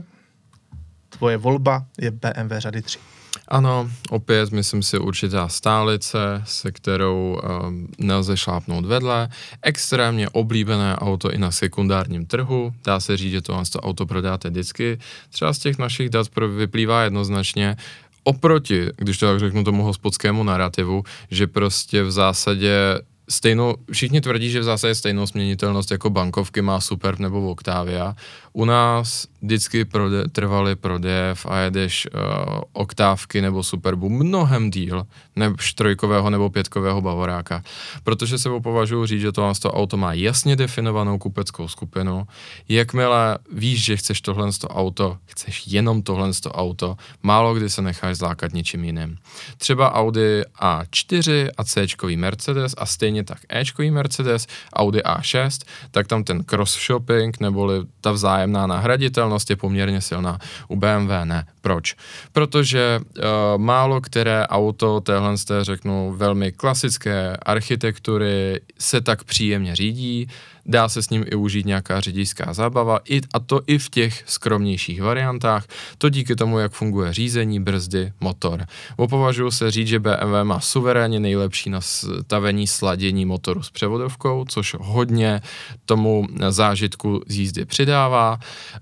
tvoje volba je B M W řady tři. Ano, opět myslím si určitá stálice, se kterou um, nelze šlápnout vedle. Extrémně oblíbené auto i na sekundárním trhu. Dá se říct, že tohle to auto prodáte vždycky. Třeba z těch našich dat vyplývá jednoznačně, oproti, když to tak řeknu, tomu hospodskému narrativu, že prostě v zásadě stejnou, všichni tvrdí, že v zásadě stejnou směnitelnost jako bankovky má Superb nebo Octavia. U nás vždycky prode, trvaly prodejev a jedeš uh, Oktávky nebo Superbu mnohem díl než trojkového nebo pětkového Bavoráka. Protože se považuji říct, že tohle auto má jasně definovanou kupeckou skupinu. Jakmile víš, že chceš tohle auto, chceš jenom tohle auto, málo kdy se necháš zlákat ničím jiným. Třeba Audi A čtyři a C-čkový Mercedes a stejně tak E-čkový Mercedes, Audi A šest, tak tam ten cross-shopping neboli ta vzájemná nahraditelnost je poměrně silná. U B M W ne. Proč? Protože uh, málo které auto téhle z té, řeknu, velmi klasické architektury se tak příjemně řídí. dá se s ním i užít nějaká řidičská zábava, i, a to i v těch skromnějších variantách, to díky tomu, jak funguje řízení, brzdy, motor. Opovažuji se říct, že bé em vé má suverénně nejlepší nastavení sladění motoru s převodovkou, což hodně tomu zážitku z jízdy přidává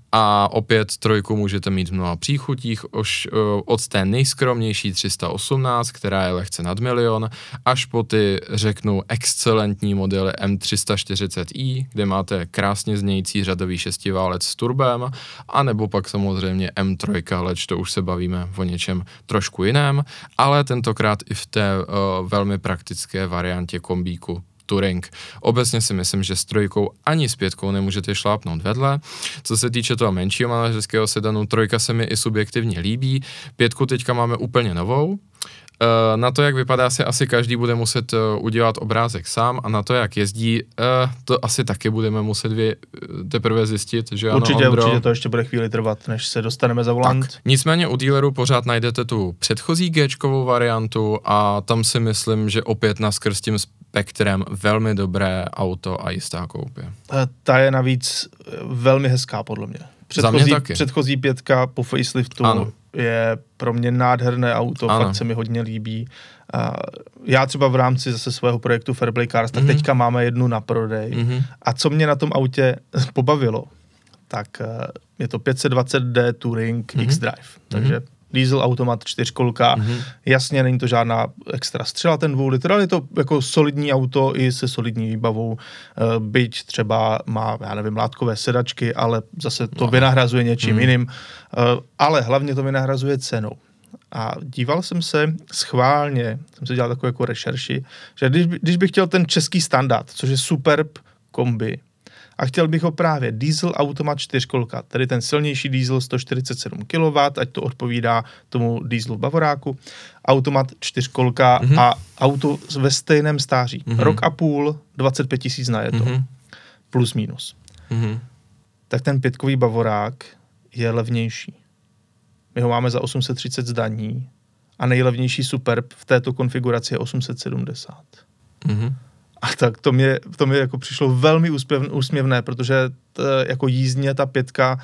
a opět trojku můžete mít v mnoha příchutích, už od té nejskromnější tři sta osmnáct, která je lehce nad milion, až po ty, řeknu, excelentní modely em tři sta čtyřicet i, kde máte krásně znějící řadový šestiválec s turbem, anebo pak samozřejmě em tři, leč to už se bavíme o něčem trošku jiném, ale tentokrát i v té uh, velmi praktické variantě kombíku Touring. Obecně si myslím, že s trojkou ani s pětkou nemůžete šlápnout vedle. Co se týče toho menšího manažerského sedanu, trojka se mi i subjektivně líbí, pětku teďka máme úplně novou. Na to, jak vypadá, si asi každý bude muset udělat obrázek sám a na to, jak jezdí, to asi taky budeme muset vy, teprve zjistit, že ano, Určitě, Ondro. určitě to ještě bude chvíli trvat, než se dostaneme za volant. Tak. Nicméně u dealerů pořád najdete tu předchozí G-čkovou variantu a tam si myslím, že opět naskrz tím spektrem velmi dobré auto a jistá koupě. Ta je navíc velmi hezká podle mě. Předchozí, předchozí pětka po faceliftu ano. je pro mě nádherné auto, ano. fakt se mi hodně líbí. Uh, já třeba v rámci zase svého projektu Fairplay Cars, tak mm-hmm. teďka máme jednu na prodej. Mm-hmm. A co mě na tom autě pobavilo, tak uh, je to pět set dvacet D Touring mm-hmm. X-Drive. Takže mm-hmm. diesel automat, čtyřkolka, mm-hmm. jasně není to žádná extra střela, ten dvou litr, ale je to jako solidní auto i se solidní výbavou, byť třeba má, já nevím, látkové sedačky, ale zase to no. vynahrazuje něčím mm-hmm. jiným, ale hlavně to vynahrazuje cenou. A díval jsem se schválně, jsem si dělal takovou jako rešerši, že když, když bych chtěl ten český standard, což je Superb kombi, a chtěl bych ho právě diesel automat čtyřkolka, tedy ten silnější diesel sto čtyřicet sedm kilowattů, ať to odpovídá tomu dieselu v Bavoráku, automat čtyřkolka mm-hmm. a auto ve stejném stáří. Mm-hmm. Rok a půl, dvacet pět tisíc na je to. Mm-hmm. Plus minus. Mm-hmm. Tak ten pětkový Bavorák je levnější. My ho máme za osm set třicet zdaní a nejlevnější Superb v této konfiguraci je osm set sedmdesát. Mm-hmm. A tak to mě, to mě jako přišlo velmi úspěvné, úsměvné, protože t, jako jízdně ta pětka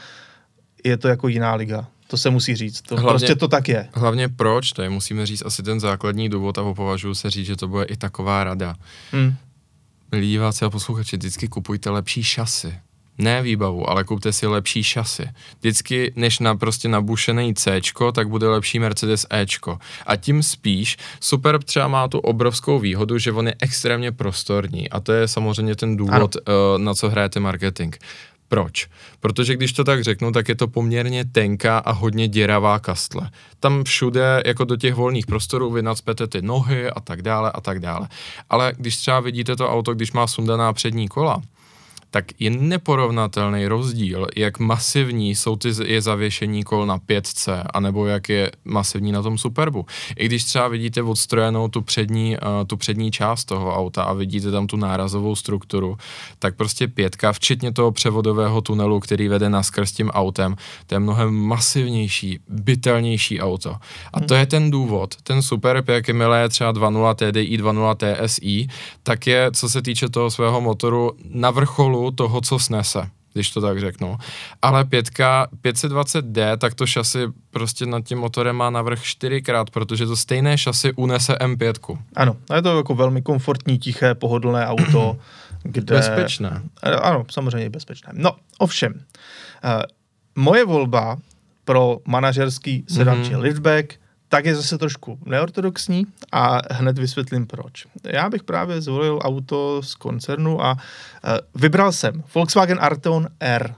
je to jako jiná liga. To se musí říct. To hlavně, prostě to tak je. Hlavně proč? To je, musíme říct asi ten základní důvod a považuji se říct, že to bude i taková rada. Hmm. Milí diváci a posluchači, vždycky kupujte lepší šasy. Ne výbavu, ale kupte si lepší šasy. Vždycky, než na prostě nabušený Cčko, tak bude lepší Mercedes Ečko. A tím spíš, Superb třeba má tu obrovskou výhodu, že on je extrémně prostorní. A to je samozřejmě ten důvod, ano. na co hrajete marketing. Proč? Protože když to tak řeknu, tak je to poměrně tenká a hodně děravá kastle. Tam všude, jako do těch volných prostorů, vy nacpete ty nohy a tak dále a tak dále. Ale když třeba vidíte to auto, když má sundaná přední kola, tak je neporovnatelný rozdíl, jak masivní jsou ty je zavěšení kol na pětce, anebo jak je masivní na tom Superbu. I když třeba vidíte odstrojenou tu přední, uh, tu přední část toho auta a vidíte tam tu nárazovou strukturu, tak prostě pětka, včetně toho převodového tunelu, který vede naskrz tím autem, to je mnohem masivnější, bytelnější auto. A to je ten důvod. Ten Superb, jakmile je třeba dva nula T D I, dva nula T S I, tak je, co se týče toho svého motoru, na vrcholu toho, co snese, když to tak řeknu. Ale pětka, pět set dvacet D, tak to šasi prostě nad tím motorem má navrch čtyřikrát, protože to stejné šasi unese M pět. Ano, a je to jako velmi komfortní, tiché, pohodlné auto, kde... Bezpečné. Ano, samozřejmě bezpečné. No, ovšem, uh, moje volba pro manažerský sedan mm-hmm. či liftback tak je zase trošku neortodoxní a hned vysvětlím proč. Já bych právě zvolil auto z koncernu a uh, vybral jsem Volkswagen Arteon R.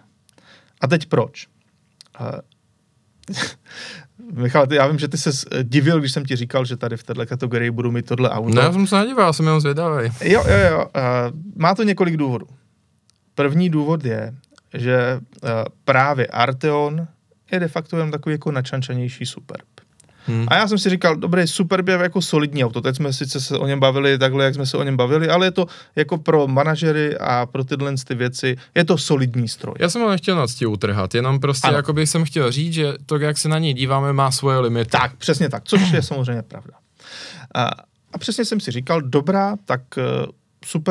A teď proč? Uh, Michal, já vím, že ty ses divil, když jsem ti říkal, že tady v této kategorii budu mít tohle auto. No, já jsem se nedíval, já jsem jenom zvědavý. Jo, jo, jo. Uh, má to několik důvodů. První důvod je, že uh, právě Arteon je de facto jen takový jako načančanější Superb. Hmm. A já jsem si říkal, dobrý, Superb je jako solidní auto, teď jsme sice se o něm bavili takhle, jak jsme se o něm bavili, ale je to jako pro manažery a pro tyhle ty věci, je to solidní stroj. Já jsem ho nechtěl nad tím utrhat, jenom prostě jako bych jsem chtěl říct, že to, jak se na něj díváme, má svoje limity. Tak, přesně tak, což je samozřejmě pravda. A, a přesně jsem si říkal, dobrá, tak uh, Superb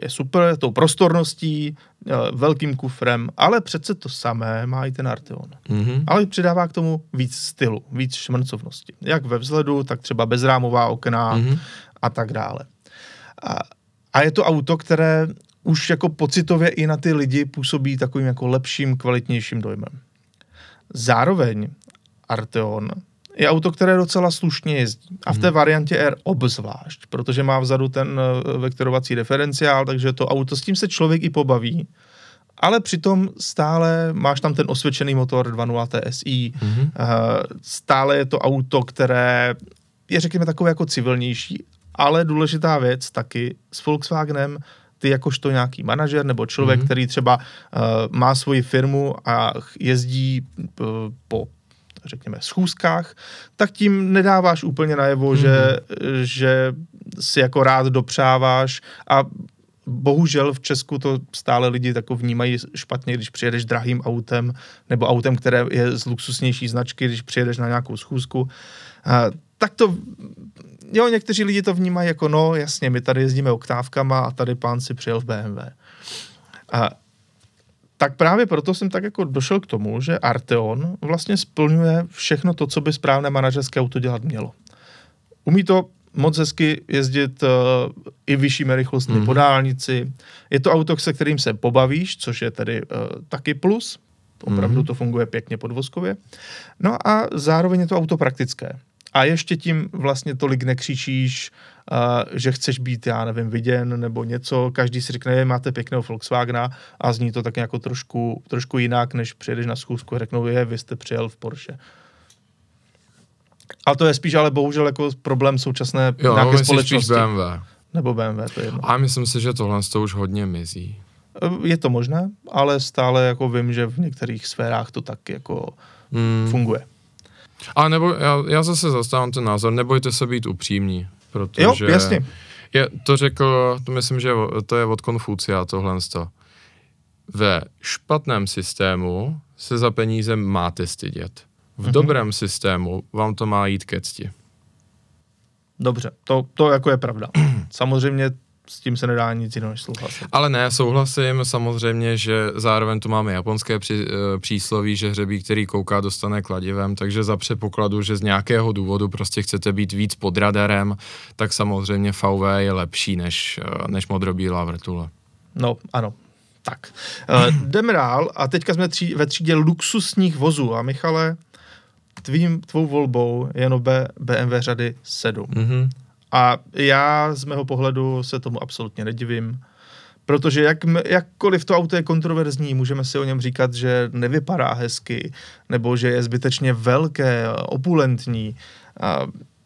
je super, tou prostorností, velkým kufrem, ale přece to samé má i ten Arteon. Mm-hmm. Ale přidává k tomu víc stylu, víc šmrncovnosti. Jak ve vzhledu, tak třeba bezrámová okna mm-hmm. a tak dále. A, a je to auto, které už jako pocitově i na ty lidi působí takovým jako lepším, kvalitnějším dojmem. Zároveň Arteon je auto, které docela slušně jezdí. A v té variantě R obzvlášť, protože má vzadu ten vektorovací diferenciál, takže to auto, s tím se člověk i pobaví, ale přitom stále máš tam ten osvědčený motor dva tečka nula T S I, mm-hmm. stále je to auto, které je, řekněme, takové jako civilnější, ale důležitá věc taky s Volkswagenem, ty jakožto nějaký manažer nebo člověk, mm-hmm. který třeba uh, má svoji firmu a jezdí uh, po řekněme, schůzkách, tak tím nedáváš úplně najevo, mm-hmm. že, že si jako rád dopřáváš a bohužel v Česku to stále lidi tako vnímají špatně, když přijedeš drahým autem nebo autem, které je z luxusnější značky, když přijedeš na nějakou schůzku. A, tak to, jo, někteří lidi to vnímají jako, no jasně, my tady jezdíme oktávkama a tady pán si přijel v B M W. A tak právě proto jsem tak jako došel k tomu, že Arteon vlastně splňuje všechno to, co by správné manažerské auto dělat mělo. Umí to moc hezky jezdit uh, i vyššími rychlostmi mm-hmm. po dálnici. Je to auto, se kterým se pobavíš, což je tedy uh, taky plus. Opravdu mm-hmm. to funguje pěkně podvozkově. No a zároveň je to auto praktické. A ještě tím vlastně tolik nekřičíš, uh, že chceš být, já nevím, viděn nebo něco. Každý si řekne, máte pěkného Volkswagena a zní to tak jako trošku, trošku jinak, než přijedeš na schůzku a řeknou, je, vy jste přijel v Porsche. A to je spíš ale bohužel jako problém současné jo, nějaké no, společnosti. Spíš B M W. Nebo B M W, to je jedno. A myslím si, že tohle to už hodně mizí. Je to možné, ale stále jako vím, že v některých sférách to tak jako hmm. funguje. A nebo já, já zase zastávám ten názor, nebojte se být upřímní, protože... Jo, jasně. Je, to řekl, to myslím, že to je od Konfucia tohle. Ve špatném systému se za peníze máte stydět. V mm-hmm. dobrém systému vám to má jít ke cti. Dobře, to, to jako je pravda. Samozřejmě s tím se nedá nic jiného než souhlasit. Ale ne, souhlasím samozřejmě, že zároveň tu máme japonské při, e, přísloví, že hřebík, který kouká, dostane kladivem, takže za předpokladu, že z nějakého důvodu prostě chcete být víc pod radarem, tak samozřejmě V W je lepší než, než modrobílá vrtule. No, ano. Tak, e, jdeme dál a teďka jsme tří, ve třídě luxusních vozů a Michale, tvým, tvou volbou je nové B M W řady sedm. Mm-hmm. A já z mého pohledu se tomu absolutně nedivím, protože jak, jakkoliv to auto je kontroverzní, můžeme si o něm říkat, že nevypadá hezky, nebo že je zbytečně velké, opulentní, a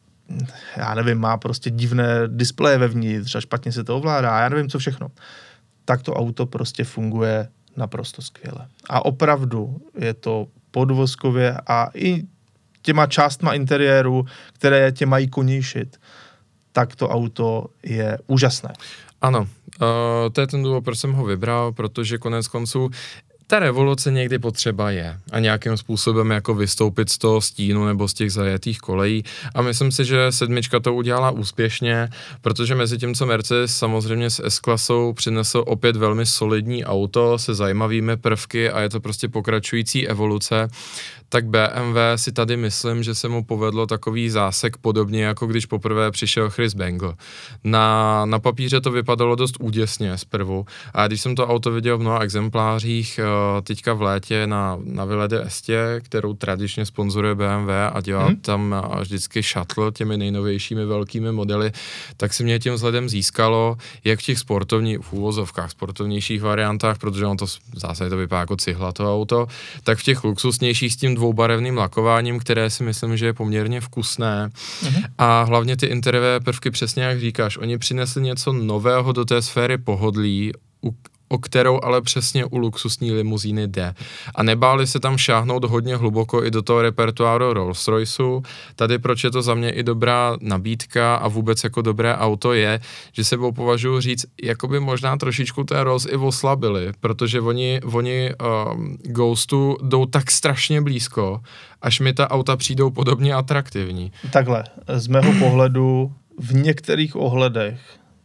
já nevím, má prostě divné displeje vevnitř a špatně se to ovládá, já nevím co všechno. Tak to auto prostě funguje naprosto skvěle. A opravdu je to podvozkově a i těma částma interiéru, které tě mají koníšit, tak to auto je úžasné. Ano, uh, to je ten důvod, proč jsem ho vybral, protože konec konců ta revoluce někdy potřeba je a nějakým způsobem jako vystoupit z toho stínu nebo z těch zajetých kolejí a myslím si, že sedmička to udělala úspěšně, protože mezi tím, co Mercedes samozřejmě s S-klasou přinesl opět velmi solidní auto se zajímavými prvky a je to prostě pokračující evoluce, tak B M W si tady myslím, že se mu povedlo takový zásek podobně, jako když poprvé přišel Chris Bangle. Na, na papíře to vypadalo dost úděsně zprvu a když jsem to auto viděl v mnoha exemplářích teďka v létě na, na Villede Estě, kterou tradičně sponzoruje B M W a dělá hmm. tam vždycky shuttle těmi nejnovějšími velkými modely, tak si mě tím vzhledem získalo, jak v těch sportovních, v úvozovkách, sportovnějších variantách, protože on to zase to vypadá jako cihla to auto, tak v těch luxusnějších s tím dvoubarevným lakováním, které si myslím, že je poměrně vkusné. Hmm. A hlavně ty interiérové prvky, přesně jak říkáš, oni přinesli něco nového do té sféry pohodlí, u o kterou ale přesně u luxusní limuzíny jde. A nebáli se tam šáhnout hodně hluboko i do toho repertoáru Rolls-Royceu. Tady proč je to za mě i dobrá nabídka a vůbec jako dobré auto je, že sebou považuji říct, jakoby možná trošičku té Rolls i oslabili, protože oni, oni um, Ghostu jdou tak strašně blízko, až mi ta auta přijdou podobně atraktivní. Takhle, z mého pohledu v některých ohledech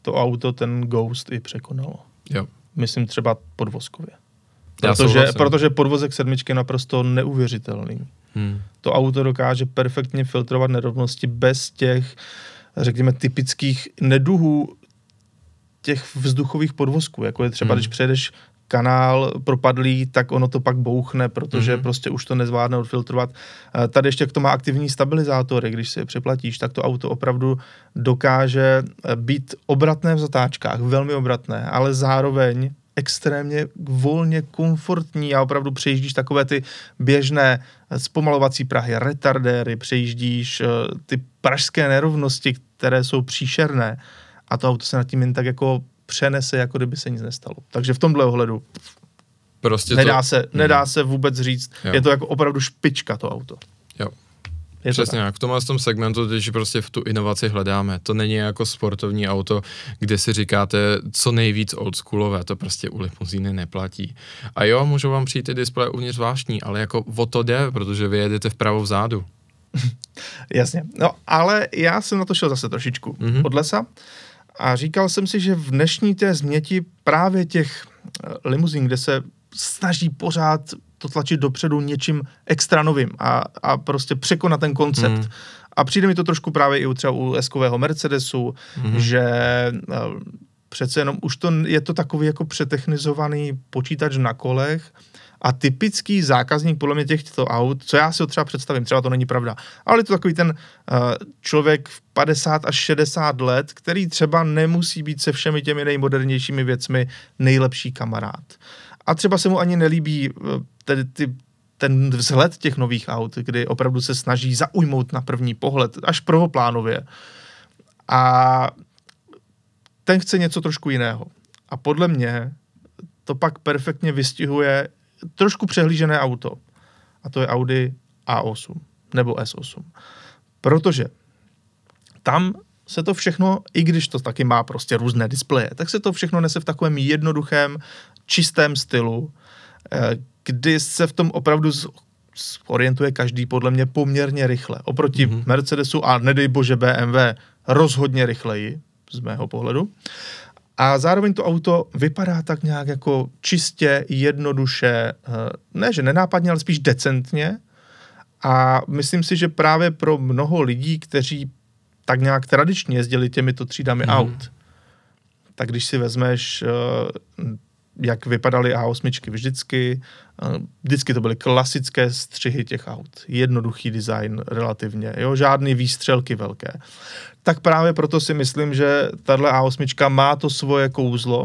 to auto ten Ghost i překonalo. Jo. Myslím třeba podvozkově. Já Protože, protože podvozek sedmičky je naprosto neuvěřitelný. Hmm. To auto dokáže perfektně filtrovat nerovnosti bez těch, řekněme, typických neduhů těch vzduchových podvozků, jako je třeba, hmm. když přejedeš kanál propadlý, tak ono to pak bouchne, protože mm-hmm. prostě už to nezvládne odfiltrovat. Tady ještě k tomu má aktivní stabilizátory, když si je přeplatíš, tak to auto opravdu dokáže být obratné v zatáčkách, velmi obratné, ale zároveň extrémně volně komfortní a opravdu přejíždíš takové ty běžné zpomalovací prahy, retardéry, přejíždíš ty pražské nerovnosti, které jsou příšerné a to auto se nad tím jen tak jako přenese, jako kdyby se nic nestalo. Takže v tomhle ohledu prostě nedá, to... se, nedá se vůbec říct, jo. Je to jako opravdu špička to auto. Jo. Je Přesně jak v tomhle tom segmentu, když prostě v tu inovaci hledáme. To není jako sportovní auto, kde si říkáte co nejvíc oldschoolové, to prostě u limuzíny neplatí. A jo, můžou vám přijít ty displeje uvnitř zvláštní, ale jako o to jde, protože vy jedete vpravo vzadu. Jasně, no ale já jsem na to šel zase trošičku mm-hmm. od lesa a říkal jsem si, že v dnešní té změti právě těch limuzín, kde se snaží pořád to tlačit dopředu něčím extra novým a, a prostě překonat ten koncept. Mm. A přijde mi to trošku právě i u třeba u eskového Mercedesu, mm. že uh, přece jenom už to je to takový jako přetechnizovaný počítač na kolech a typický zákazník podle mě těchto aut, co já si ho třeba představím, třeba to není pravda, ale je to takový ten uh, člověk v padesát až šedesát let, který třeba nemusí být se všemi těmi nejmodernějšími věcmi nejlepší kamarád. A třeba se mu ani nelíbí tedy ty, ten vzhled těch nových aut, kdy opravdu se snaží zaujmout na první pohled, až prvoplánově. A ten chce něco trošku jiného. A podle mě to pak perfektně vystihuje trošku přehlížené auto. A to je Audi A osm nebo S osm. Protože tam se to všechno, i když to taky má prostě různé displeje, tak se to všechno nese v takovém jednoduchém, čistém stylu, kdy se v tom opravdu orientuje každý podle mě poměrně rychle. Oproti mm-hmm. Mercedesu a nedej bože B M W rozhodně rychleji, z mého pohledu. A zároveň to auto vypadá tak nějak jako čistě, jednoduše, ne že nenápadně, ale spíš decentně. A myslím si, že právě pro mnoho lidí, kteří tak nějak tradičně jezdili těmito třídami mm. aut, tak když si vezmeš, jak vypadaly A osm vždycky, vždycky to byly klasické střihy těch aut. Jednoduchý design relativně, jo, žádný výstřelky velké. Tak právě proto si myslím, že tahle A osm má to svoje kouzlo,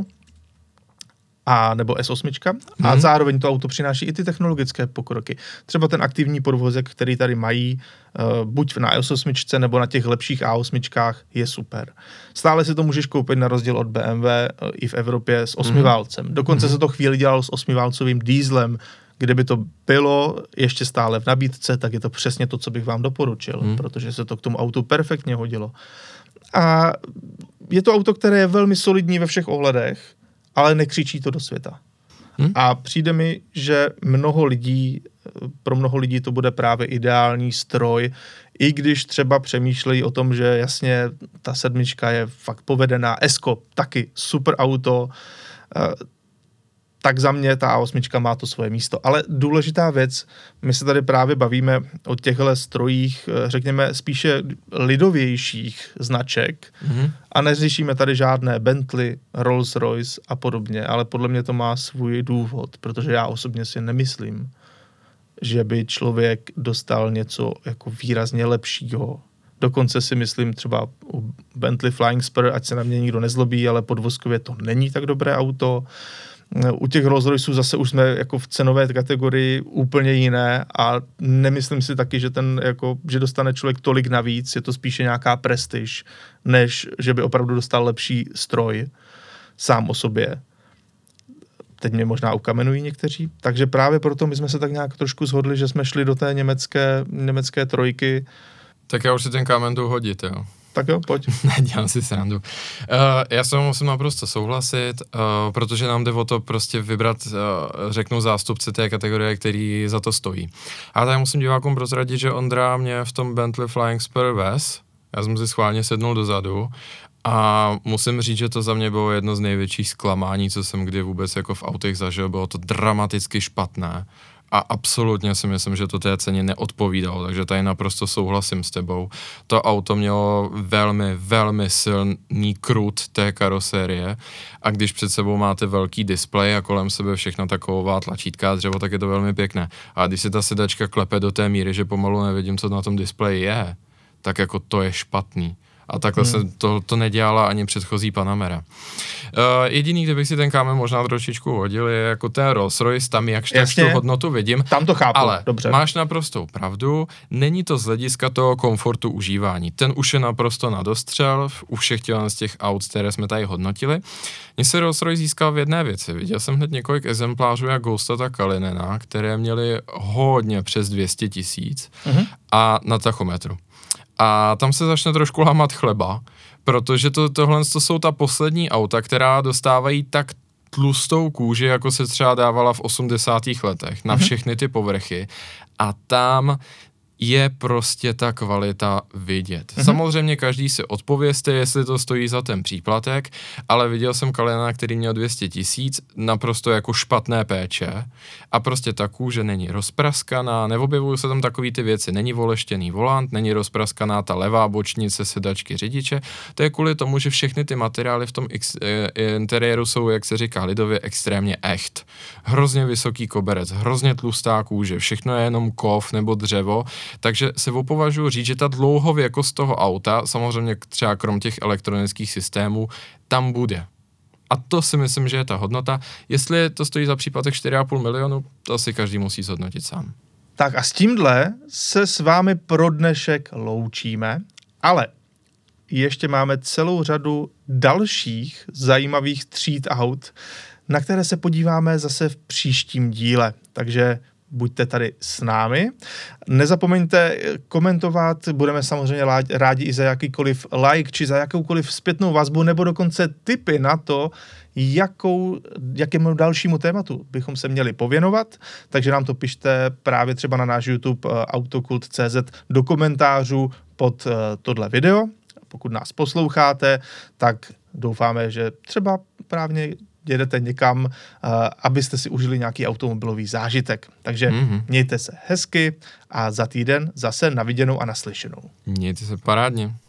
a nebo S osm, mm. a zároveň to auto přináší i ty technologické pokroky. Třeba ten aktivní podvozek, který tady mají, uh, buď na S osm nebo na těch lepších A osm, je super. Stále si to můžeš koupit na rozdíl od B M W uh, i v Evropě s osmiválcem. Dokonce mm. se to chvíli dělalo s osmiválcovým dieselem. Kdyby to bylo ještě stále v nabídce, tak je to přesně to, co bych vám doporučil, mm. protože se to k tomu autu perfektně hodilo. A je to auto, které je velmi solidní ve všech ohledech, ale nekřičí to do světa. Hmm? A přijde mi, že mnoho lidí, pro mnoho lidí to bude právě ideální stroj, i když třeba přemýšlejí o tom, že jasně ta sedmička je fakt povedená, Esko taky super auto, tak za mě ta A osm má to svoje místo. Ale důležitá věc, my se tady právě bavíme o těchto strojích, řekněme, spíše lidovějších značek mm-hmm. a neřešíme tady žádné Bentley, Rolls-Royce a podobně, ale podle mě to má svůj důvod, protože já osobně si nemyslím, že by člověk dostal něco jako výrazně lepšího. Dokonce si myslím třeba u Bentley Flying Spur, ať se na mě nikdo nezlobí, ale podvozkově to není tak dobré auto. U těch Rolls Royceů zase už jsme jako v cenové kategorii úplně jiné a nemyslím si taky, že ten jako, že dostane člověk tolik navíc, je to spíše nějaká prestiž, než že by opravdu dostal lepší stroj sám o sobě. Teď mě možná ukamenují někteří, takže právě proto my jsme se tak nějak trošku shodli, že jsme šli do té německé, německé trojky. Tak já už si ten kámen jdu hodit, jo. Tak jo, pojď. Ne, dělám si srandu. Uh, já s tomu musím naprosto souhlasit, uh, protože nám jde o to prostě vybrat, uh, řeknu zástupce té kategorie, který za to stojí. A tady musím divákům prozradit, že Ondra mě v tom Bentley Flying Spur vez, Já jsem si schválně sednul dozadu a musím říct, že to za mě bylo jedno z největších zklamání, co jsem kdy vůbec jako v autech zažil. Bylo to dramaticky špatné a absolutně si myslím, že to té ceně neodpovídalo, takže tady naprosto souhlasím s tebou. To auto mělo velmi, velmi silný krut té karosérie a když před sebou máte velký displej a kolem sebe všechno taková tlačítka a dřevo, tak je to velmi pěkné. A když si ta sedačka klepe do té míry, že pomalu nevidím, co na tom displeji je, tak jako to je špatný. A takhle hmm. se to, to nedělala ani předchozí Panamera. Uh, jediný, kde bych si ten kámen možná trošičku hodil, je jako ten Rolls Royce, tam jakž tak tu hodnotu vidím. Tam to chápu, ale dobře. Máš naprostou pravdu, není to z hlediska toho komfortu užívání. Ten už je naprosto na dostřel u všech z těch aut, které jsme tady hodnotili. Mně se Rolls Royce získal v jedné věci. Viděl jsem hned několik exemplářů jak Ghosta, tak Kalinena, které měly hodně přes dvě stě tisíc uh-huh. a na tachometru. A tam se začne trošku lámat chleba, protože to, tohle to jsou ta poslední auta, která dostávají tak tlustou kůži, jako se třeba dávala v osmdesátých letech na všechny ty povrchy. A tam je prostě ta kvalita vidět. Mm-hmm. Samozřejmě každý si odpověste, jestli to stojí za ten příplatek, ale viděl jsem Kalina, který měl dvě stě tisíc, naprosto jako špatné péče a prostě ta kůže není rozpraskaná, neobjevují se tam takový ty věci, není voleštěný volant, není rozpraskaná ta levá bočnice sedačky řidiče, to je kvůli tomu, že všechny ty materiály v tom ex, e, interiéru jsou, jak se říká lidově, extrémně echt. Hrozně vysoký koberec, hrozně tlustá kůže, všechno je jenom kov nebo dřevo. Takže se opovažuji říct, že ta dlouhověkost toho auta, samozřejmě třeba krom těch elektronických systémů, tam bude. A to si myslím, že je ta hodnota. Jestli to stojí za příplatek čtyři a půl milionu, to si každý musí zhodnotit sám. Tak a s tímhle se s vámi pro dnešek loučíme, ale ještě máme celou řadu dalších zajímavých tříd aut, na které se podíváme zase v příštím díle. Takže buďte tady s námi. Nezapomeňte komentovat, budeme samozřejmě rádi i za jakýkoliv like, či za jakoukoliv zpětnou vazbu, nebo dokonce tipy na to, jakou, jakému dalšímu tématu bychom se měli pověnovat. Takže nám to pište právě třeba na náš YouTube autokult tečka cé zet do komentářů pod tohle video. Pokud nás posloucháte, tak doufáme, že třeba právě jedete někam, uh, abyste si užili nějaký automobilový zážitek. Takže mm-hmm. mějte se hezky a za týden zase na viděnou a naslyšenou. Mějte se parádně.